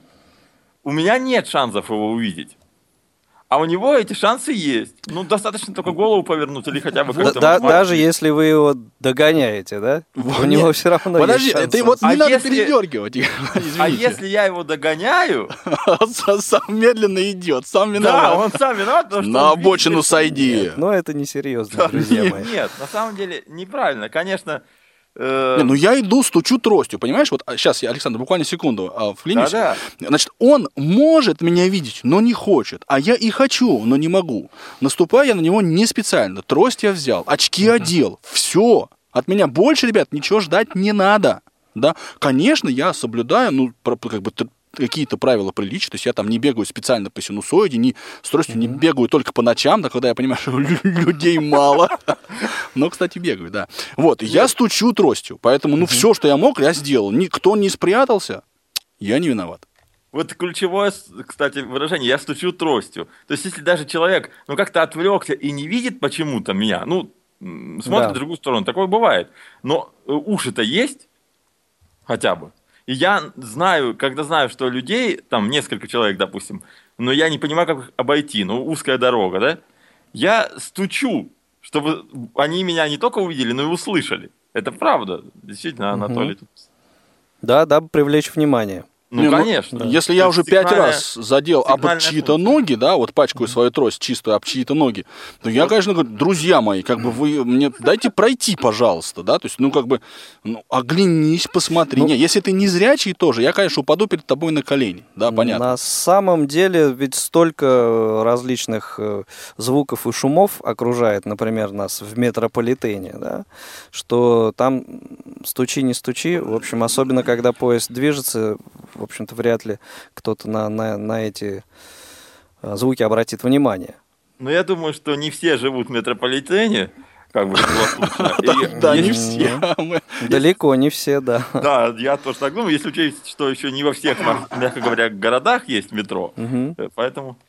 у меня нет шансов его увидеть. А у него эти шансы есть. Ну, достаточно только голову повернуть или хотя бы как-то... Да, даже если вы его догоняете, да? Вот. У него Нет. все равно Подожди, есть шансы. ты вот не а надо если... передергивать. А если я его догоняю... Сам медленно идет, сам виноват. Да, он сам виноват. На обочину сойди. Но это несерьезно, друзья мои. Нет, на самом деле неправильно. Конечно... Не, ну я иду, стучу тростью, понимаешь? Вот сейчас, я, Александр, буквально секунду а, вклинюсь. Да, да. Значит, он может меня видеть, но не хочет. А я и хочу, но не могу. Наступаю я на него не специально. Трость я взял, очки uh-huh. одел. Все. От меня больше, ребят, ничего ждать не надо. Да? Конечно, я соблюдаю, ну, как бы какие-то правила приличия, то есть я там не бегаю специально по синусоиде, не, с тростью mm-hmm. не бегаю только по ночам, да, когда я понимаю, что людей мало, но, кстати, бегаю, да. Вот, я стучу тростью, поэтому, ну, все, что я мог, я сделал. Никто не спрятался, я не виноват. Вот ключевое, кстати, выражение, я стучу тростью. То есть, если даже человек, ну, как-то отвлекся и не видит почему-то меня, ну, смотрит да. в другую сторону, такое бывает, но уши-то есть хотя бы. И я знаю, когда знаю, что людей, там несколько человек, допустим, но я не понимаю, как их обойти, ну, узкая дорога, да, я стучу, чтобы они меня не только увидели, но и услышали. Это правда, действительно, Анатолий. Угу. Тут... Да, дабы привлечь внимание. Ну, не, конечно. Ну, если я уже пять раз задел об чьи-то ноги, да, вот пачкаю свою трость чистую об чьи-то ноги, то я, конечно, говорю, друзья мои, как бы вы мне дайте пройти, пожалуйста, да, то есть, ну, как бы, ну, оглянись, посмотри. Ну, не, если ты не зрячий тоже, я, конечно, упаду перед тобой на колени, да, понятно. На самом деле ведь столько различных звуков и шумов окружает, например, нас в метрополитене, да, что там стучи, не стучи, в общем, особенно когда поезд движется, в общем-то, вряд ли кто-то на, на, на эти звуки обратит внимание. Ну, я думаю, что не все живут в метрополитене, как бы, да, не все. Далеко не все, да. Да, я тоже так думаю, если учесть, что еще не во всех, мягко говоря, городах есть метро, поэтому...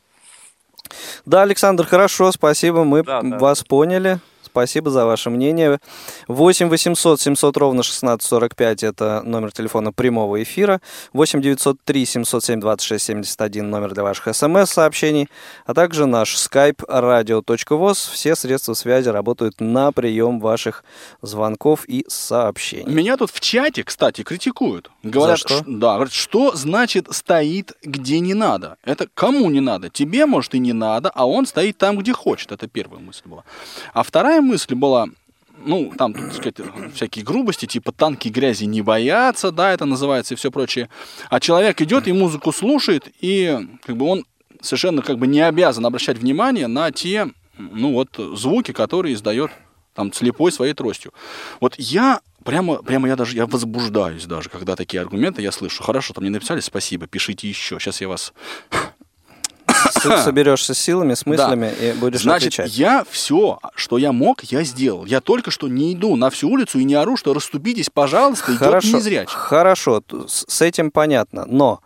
Да, Александр, хорошо, спасибо, мы вас поняли. Спасибо за ваше мнение. восемь восемьсот семьсот ровно шестнадцать сорок пять это номер телефона прямого эфира. восемь девятьсот три семьсот семь двадцать шесть семьдесят один номер для ваших смс-сообщений. А также наш skype radio точка voz. Все средства связи работают на прием ваших звонков и сообщений. Меня тут в чате, кстати, критикуют. Говорят, за что? Ш- да, говорят, что значит стоит где не надо? Это кому не надо? Тебе, может, и не надо, а он стоит там, где хочет. Это первая мысль была. А вторая мысль была, ну, там, так сказать, всякие грубости, типа танки грязи не боятся, да, это называется и все прочее. А человек идет и музыку слушает, и как бы он совершенно как бы не обязан обращать внимание на те, ну, вот, звуки, которые издает там слепой своей тростью. Вот я прямо, прямо я даже, я возбуждаюсь даже, когда такие аргументы я слышу. Хорошо, там мне написали, спасибо, пишите еще, сейчас я вас... с- соберешься с силами, с мыслями и будешь Значит, отвечать. я все, что я мог, я сделал. Я только что не иду на всю улицу и не ору, что расступитесь, пожалуйста, идет Хорошо, незрячий. хорошо, т- с с этим понятно. Но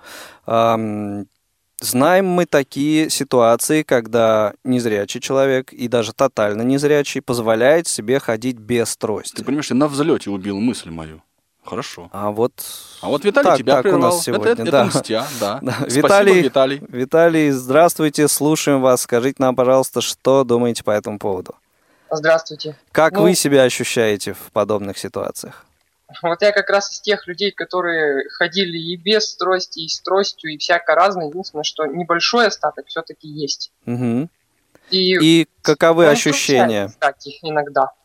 ам, знаем мы такие ситуации, когда незрячий человек и даже тотально незрячий позволяет себе ходить без трости. Ты понимаешь, ты на взлете убил мысль мою. Хорошо. А вот, А вот Виталий так, тебя так у прервал. нас сегодня, это, это, да. это мстя, да. Да. Спасибо, Виталий, Виталий. Виталий, здравствуйте, слушаем вас. Скажите нам, пожалуйста, что думаете по этому поводу? Здравствуйте. Как Ну, вы себя ощущаете в подобных ситуациях? Вот я как раз из тех людей, которые ходили и без трости, и с тростью, и всяко разное. Единственное, что небольшой остаток все-таки есть. Мгм. И, И каковы он ощущения? выручает, кстати, иногда.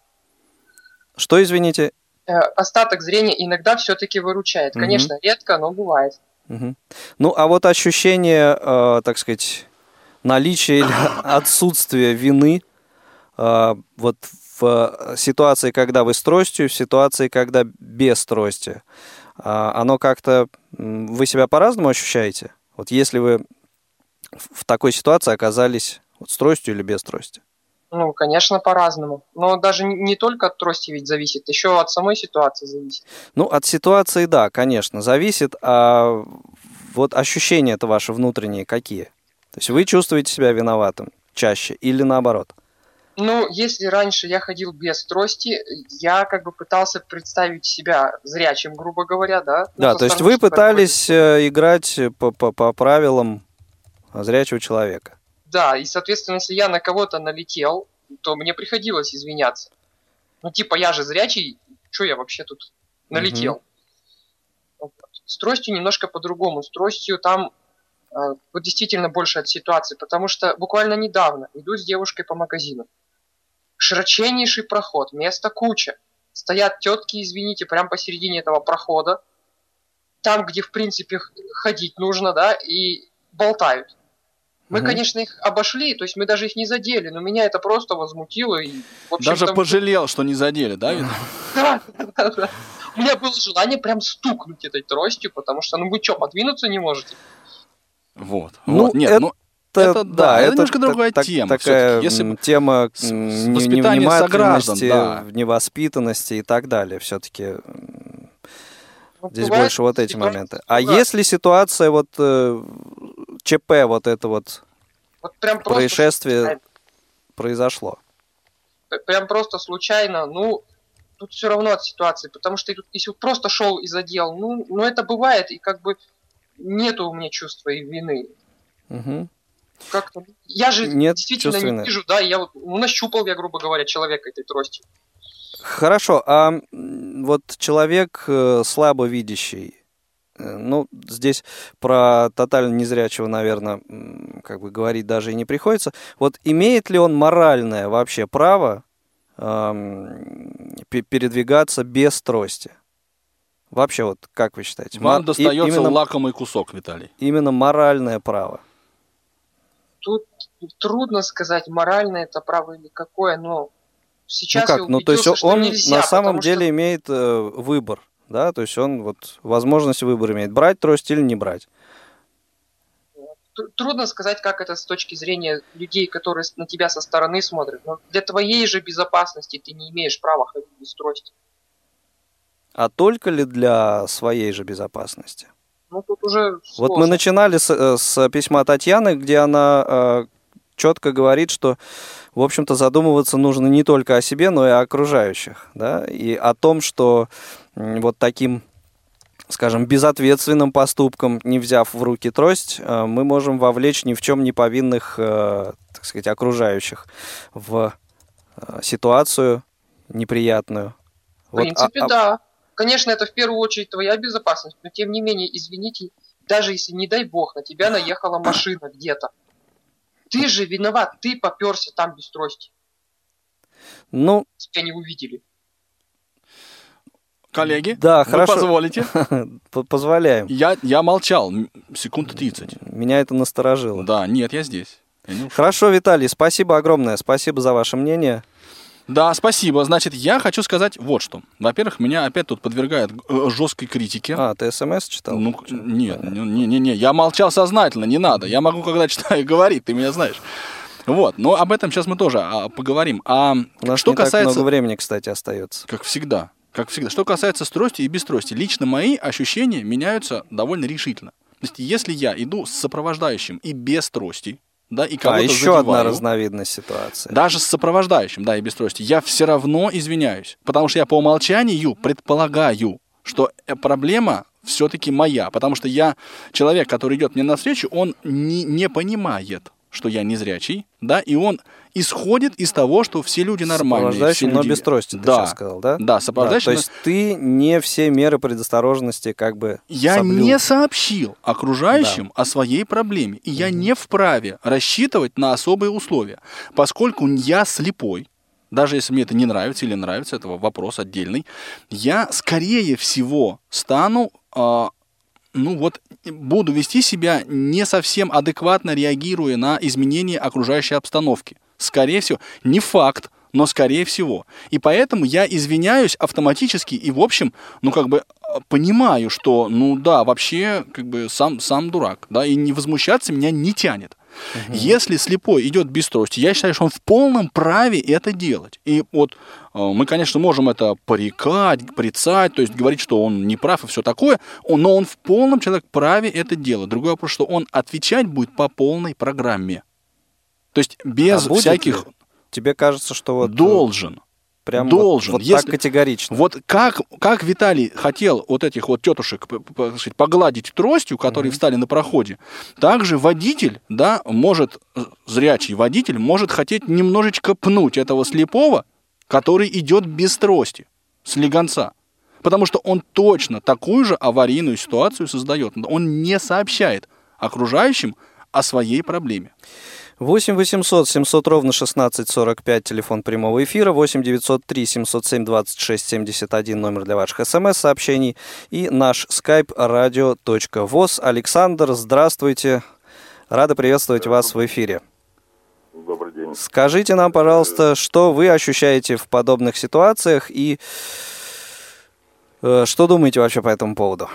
Что, извините? Э, Остаток зрения иногда все-таки выручает. Мгм. Конечно, редко, но бывает. Мгм. Ну, а вот ощущение, э, так сказать, наличия или отсутствия вины э, вот в ситуации, когда вы с тростью, в ситуации, когда без трости, а, оно как-то... м, Вы себя по-разному ощущаете? Вот если вы в в такой ситуации оказались вот с тростью или без трости? Ну, конечно, по-разному. Но даже не не только от трости ведь зависит, еще от самой ситуации зависит. Ну, от ситуации, да, конечно, зависит. А вот ощущения-то ваши внутренние какие? То есть вы чувствуете себя виноватым чаще или наоборот? Ну, если раньше я ходил без трости, я как бы пытался представить себя зрячим, грубо говоря, да? Ну, Да, со то есть стороны, вы что пытались э, играть по, по, по правилам зрячего человека. Да, и, соответственно, если я на кого-то налетел, то мне приходилось извиняться. Ну, типа, я же зрячий, что я вообще тут налетел? Вот. С тростью немножко по-другому. С тростью там э, вот действительно больше от ситуации, потому что буквально недавно иду с девушкой по магазину. Широчайший проход, места куча. Стоят тетки, извините, прямо посередине этого прохода. Там, где, в принципе, х- ходить нужно, да, и болтают. Мы, Мгм. конечно, их обошли, то есть мы даже их не задели, но меня это просто возмутило. И, в общем-то, Даже пожалел, что не задели, да, Виталий? Да, да, да. У меня было желание прям стукнуть этой тростью, потому что, ну вы что, подвинуться не можете? Вот. Ну, вот. Нет, это- ну, это да, это немножко та- другая так- тема. Такая всё-таки. Если м, бы тема с- м, с- не- воспитание невнимательности, сограждан, да. невоспитанности и так далее. Все-таки Вот здесь бывает больше вот эти ситуация, моменты. А да. если ситуация вот э, ЧП, вот это вот Вот прям просто происшествие случайно. произошло? П- Прям просто случайно, ну, тут все равно от ситуации, потому что тут, если вот просто шел и задел, ну, ну это бывает, и как бы нету у меня чувства и вины. Мгм. Как-то, я же Нет действительно чувства не вины. вижу, да, я вот, ну, нащупал я, грубо говоря, человека этой тростью. Хорошо, а м, вот человек э, слабовидящий, э, ну, здесь про тотально незрячего, наверное, м, как бы говорить даже и не приходится. Вот имеет ли он моральное вообще право ам, пе- передвигаться без трости? Вообще, вот как вы считаете? вам Мо- и- достается именно, лакомый кусок, Виталий. именно моральное право. Тут трудно сказать, морально это право или какое, но сейчас Ну я как? Ну, то есть убедился, что он нельзя, на самом потому что- деле имеет э, выбор, да? То есть он вот возможность выбора имеет, брать трость или не брать. Тр- Трудно сказать, как это с точки зрения людей, которые с- на тебя со стороны смотрят. Но для твоей же безопасности ты не имеешь права ходить без трости. А только ли для своей же безопасности? Ну тут уже Вот мы сложно. начинали с, э, с письма Татьяны, где она э, четко говорит, что, в общем-то, задумываться нужно не только о себе, но и о окружающих, да, и о том, что м, вот таким, скажем, безответственным поступком, не взяв в руки трость, э, мы можем вовлечь ни в чем не повинных, э, так сказать, окружающих в э, ситуацию неприятную. В Вот, а- принципе, а- да. Конечно, это в первую очередь твоя безопасность, но тем не менее, извините, даже если, не дай бог, на тебя наехала машина где-то, ты же виноват, ты поперся там без трости. Ну, Тебя не увидели. Коллеги, да, вы хорошо. позволите? П- Позволяем. Я, я молчал м, секунд тридцать. Меня это насторожило. Да, нет, я здесь. Я не ушел. Хорошо, Виталий, спасибо огромное. Спасибо за ваше мнение. Да, спасибо. Значит, я хочу сказать вот что. Во-первых, меня опять тут подвергают э, жесткой критике. А, ты СМС читал? Ну, нет, не, не, не, я молчал сознательно, не надо. Я могу, когда читаю, говорить, ты меня знаешь. Вот, но об этом сейчас мы тоже а, поговорим. А У нас что не касается... так много времени, кстати, остается. Как всегда, как всегда. Что касается с тростью и без трости, лично мои ощущения меняются довольно решительно. То есть, если я иду с сопровождающим и без трости, да, и кого-то А, еще задеваю, одна разновидность ситуации. даже с сопровождающим, да, и без трости, я все равно извиняюсь. Потому что я по умолчанию предполагаю, что проблема все-таки моя. Потому что я, человек, который идет мне навстречу, он не, не понимает, что я незрячий, да, и он исходит из того, что все люди нормальные. Сопровождающим, все но люди... без трости, ты да. сейчас сказал, да? Да, сопровождающим. Да, то есть ты не все меры предосторожности как бы Я соблюл. не сообщил окружающим Да. о своей проблеме, и я не вправе рассчитывать на особые условия, поскольку я слепой. Даже если мне это не нравится или нравится, это вопрос отдельный, я, скорее всего, стану... Э, ну вот, буду вести себя не совсем адекватно, реагируя на изменения окружающей обстановки. Скорее всего, не факт, но скорее всего. И поэтому я извиняюсь автоматически и, в общем, ну, как бы, понимаю, что, ну, да, вообще, как бы, сам, сам дурак, да, и не возмущаться меня не тянет. Угу. Если слепой идет без трости, я считаю, что он в полном праве это делать. И вот э, мы, конечно, можем это порекать, порицать, то есть говорить, что он не прав и все такое, он, но он в полном человек праве это делать. Другой вопрос, что он отвечать будет по полной программе. То есть без а будет всяких... ли? Тебе кажется, что вот... Должен. Прям должен. Вот, вот Если, так категорично. Вот как, как Виталий хотел вот этих вот тетушек погладить тростью, которые mm-hmm. встали на проходе, также водитель, да, может, зрячий водитель может хотеть немножечко пнуть этого слепого, который идет без трости, слегонца. Потому что он точно такую же аварийную ситуацию создает. Он не сообщает окружающим о своей проблеме. восемь восемьсот семьсот ровно шестнадцать сорок пять, телефон прямого эфира, восемь девятьсот три семьсот семь двадцать шесть семьдесят один, номер для ваших смс-сообщений, и наш скайп радио точка воз. Александр, здравствуйте, рада приветствовать вас в эфире. Добрый день. Скажите нам, пожалуйста, что вы ощущаете в подобных ситуациях и э, что думаете вообще по этому поводу?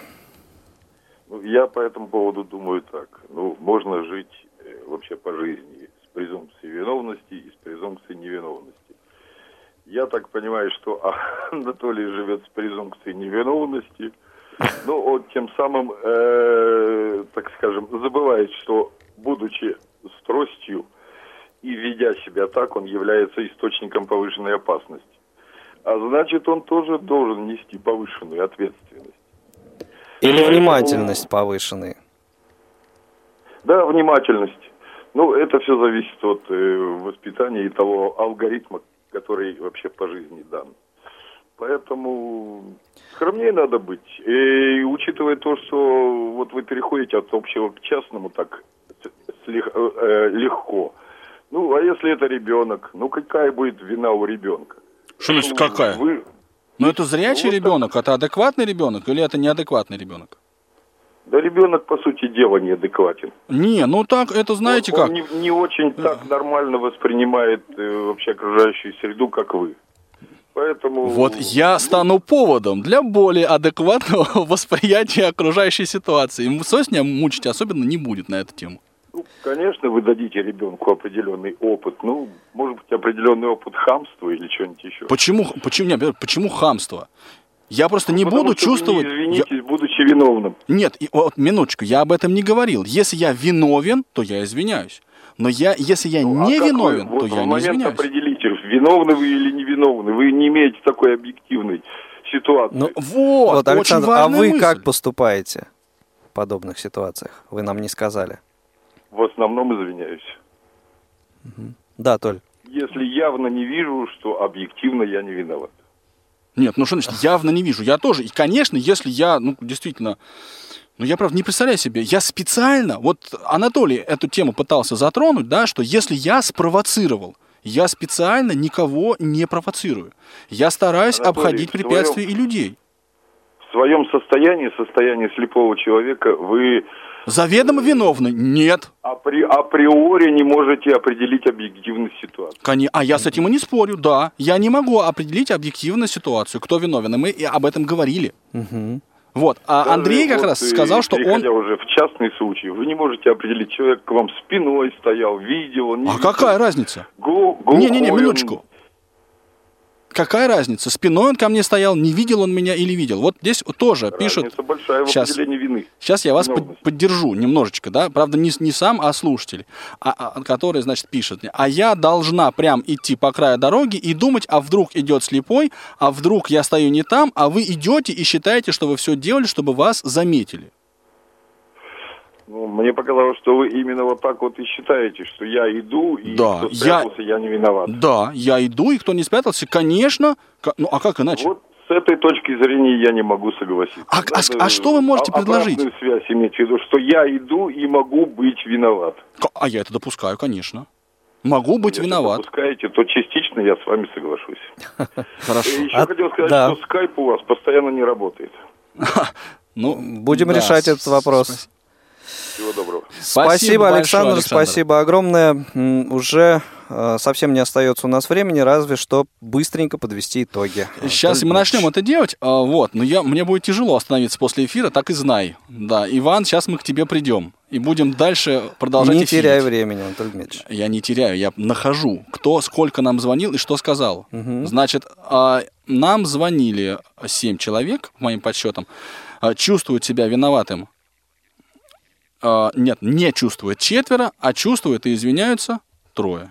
Я по этому поводу думаю так. Ну, можно жить вообще по жизни с презумпцией виновности и с презумпцией невиновности. Я так понимаю, что Анатолий живет с презумпцией невиновности, но он тем самым, э, так скажем, забывает, что, будучи с тростью и ведя себя так, он является источником повышенной опасности. А значит, он тоже должен нести повышенную ответственность. Или внимательность повышенная. Да, внимательность. Ну, это все зависит от э, воспитания и того алгоритма, который вообще по жизни дан. Поэтому скромнее надо быть. И учитывая то, что вот вы переходите от общего к частному так э, легко. Ну, а если это ребенок, ну какая будет вина у ребенка? Что значит какая? Вы... Ну, это зрячий ну, ребенок, так... это адекватный ребенок или это неадекватный ребенок? Да ребенок, по сути дела, неадекватен. Не, ну так, это знаете он, как? Он не, не очень так нормально воспринимает э, вообще окружающую среду, как вы. Поэтому... Вот я стану поводом для более адекватного восприятия окружающей ситуации. Совесть меня мучить особенно не будет на эту тему. Ну, конечно, вы дадите ребенку определенный опыт. Ну, может быть, определенный опыт хамства или что-нибудь еще. Почему, почему, нет, почему хамство? Я просто не Потому буду что чувствовать... Вы не извинитесь, я... будучи виновным. Нет, и, вот, минуточку, я об этом не говорил. Если я виновен, то я извиняюсь. Но я, если я ну, не а виновен, вы, то вот я в не извиняюсь. Определите, виновны вы или невиновны. Вы не имеете такой объективной ситуации. Ну, вот, вот Александр, очень а вы мысль. как поступаете в подобных ситуациях? Вы нам не сказали. В основном извиняюсь. Угу. Да, Толь. Если явно не вижу, что объективно я не виноват. Нет, ну что значит, явно не вижу. Я тоже. И, конечно, если я, ну, действительно... Ну, я, правда, не представляю себе. Я специально... Вот Анатолий эту тему пытался затронуть, да, что если я спровоцировал, я специально никого не провоцирую. Я стараюсь Анатолий, обходить препятствия своем, и людей. В своем состоянии, состоянии слепого человека, вы Заведомо виновны? Нет. Апри, априори не можете определить объективность ситуации. Кони... А я с этим и не спорю, да. Я не могу определить объективно ситуацию, кто виновен. И мы и об этом говорили. Угу. Вот. А Даже Андрей как вот раз сказал, что он... Переходя уже в частный случай, вы не можете определить, человек к вам спиной стоял, видел, он не А видел. какая разница? Глу... Не-не-не, глухой минуточку. он... Какая разница? Спиной он ко мне стоял, не видел он меня или видел. Вот здесь тоже пишут... Разница большая в Сейчас. определении вины. Сейчас я вас под- Виновности. поддержу немножечко, да, правда, не, с- не сам, а слушатель, а, а, который, значит, пишет мне, а я должна прям идти по краю дороги и думать, а вдруг идет слепой, а вдруг я стою не там, а вы идете и считаете, что вы все делали, чтобы вас заметили. Ну, мне показалось, что вы именно вот так вот и считаете, что я иду, и Да, кто я- спрятался, я... не виноват. Да, я иду, и кто не спрятался, конечно, ка- ну а как иначе? Вот с этой точки зрения я не могу согласиться. А, а с- а что вы можете а- предложить? Обратную связь иметь в виду, что я иду и могу быть виноват. Ка- А я это допускаю, конечно. Могу быть Если виноват. допускаете, то частично я с вами соглашусь. Хорошо. Еще А- хотел сказать, да. что скайп у вас постоянно не работает. Ну, Будем да, решать с- этот вопрос. спасибо. Всего доброго. Спасибо, Спасибо Александр, большое, Александр. спасибо огромное. М, Уже э, совсем не остается у нас времени, разве что быстренько подвести итоги. Сейчас Анатолий мы начнем Дмитриевич. это делать, а, вот, но я, мне будет тяжело остановиться после эфира, так и знай. Да, Иван, сейчас мы к тебе придем и будем дальше продолжать Не эфирить. теряй времени, Анатолий Дмитриевич. Я не теряю, я нахожу, кто сколько нам звонил и что сказал. Мгм. Значит, а, нам звонили семь человек, по моим подсчетам, а, чувствуют себя виноватым. А, нет, не чувствует четверо, а чувствуют и извиняются трое.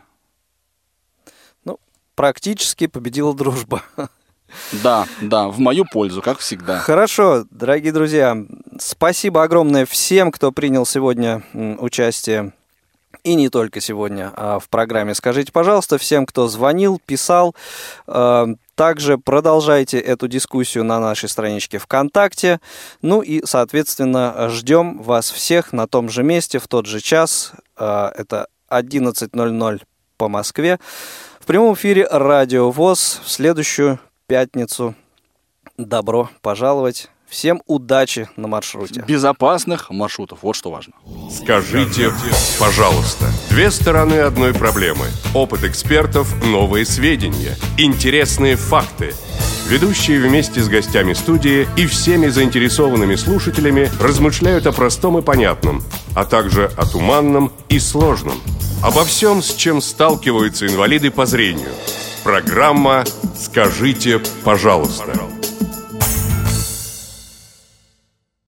Ну, практически победила дружба. Да, да, в мою пользу, как всегда. Хорошо, дорогие друзья, спасибо огромное всем, кто принял сегодня м, участие, и не только сегодня, а в программе «Скажите, пожалуйста», всем, кто звонил, писал. Э, Также продолжайте эту дискуссию на нашей страничке ВКонтакте. Ну и, соответственно, ждем вас всех на том же месте, в тот же час. Э, Это одиннадцать ноль ноль по Москве. В прямом эфире Радио ВОС в следующую пятницу. Добро пожаловать. Всем удачи на маршруте. Безопасных маршрутов, вот что важно. Скажите, пожалуйста. Две стороны одной проблемы. Опыт экспертов, новые сведения, интересные факты. Ведущие вместе с гостями студии и всеми заинтересованными слушателями размышляют о простом и понятном, а также о туманном и сложном. Обо всем, с чем сталкиваются инвалиды по зрению. Программа «Скажите, пожалуйста».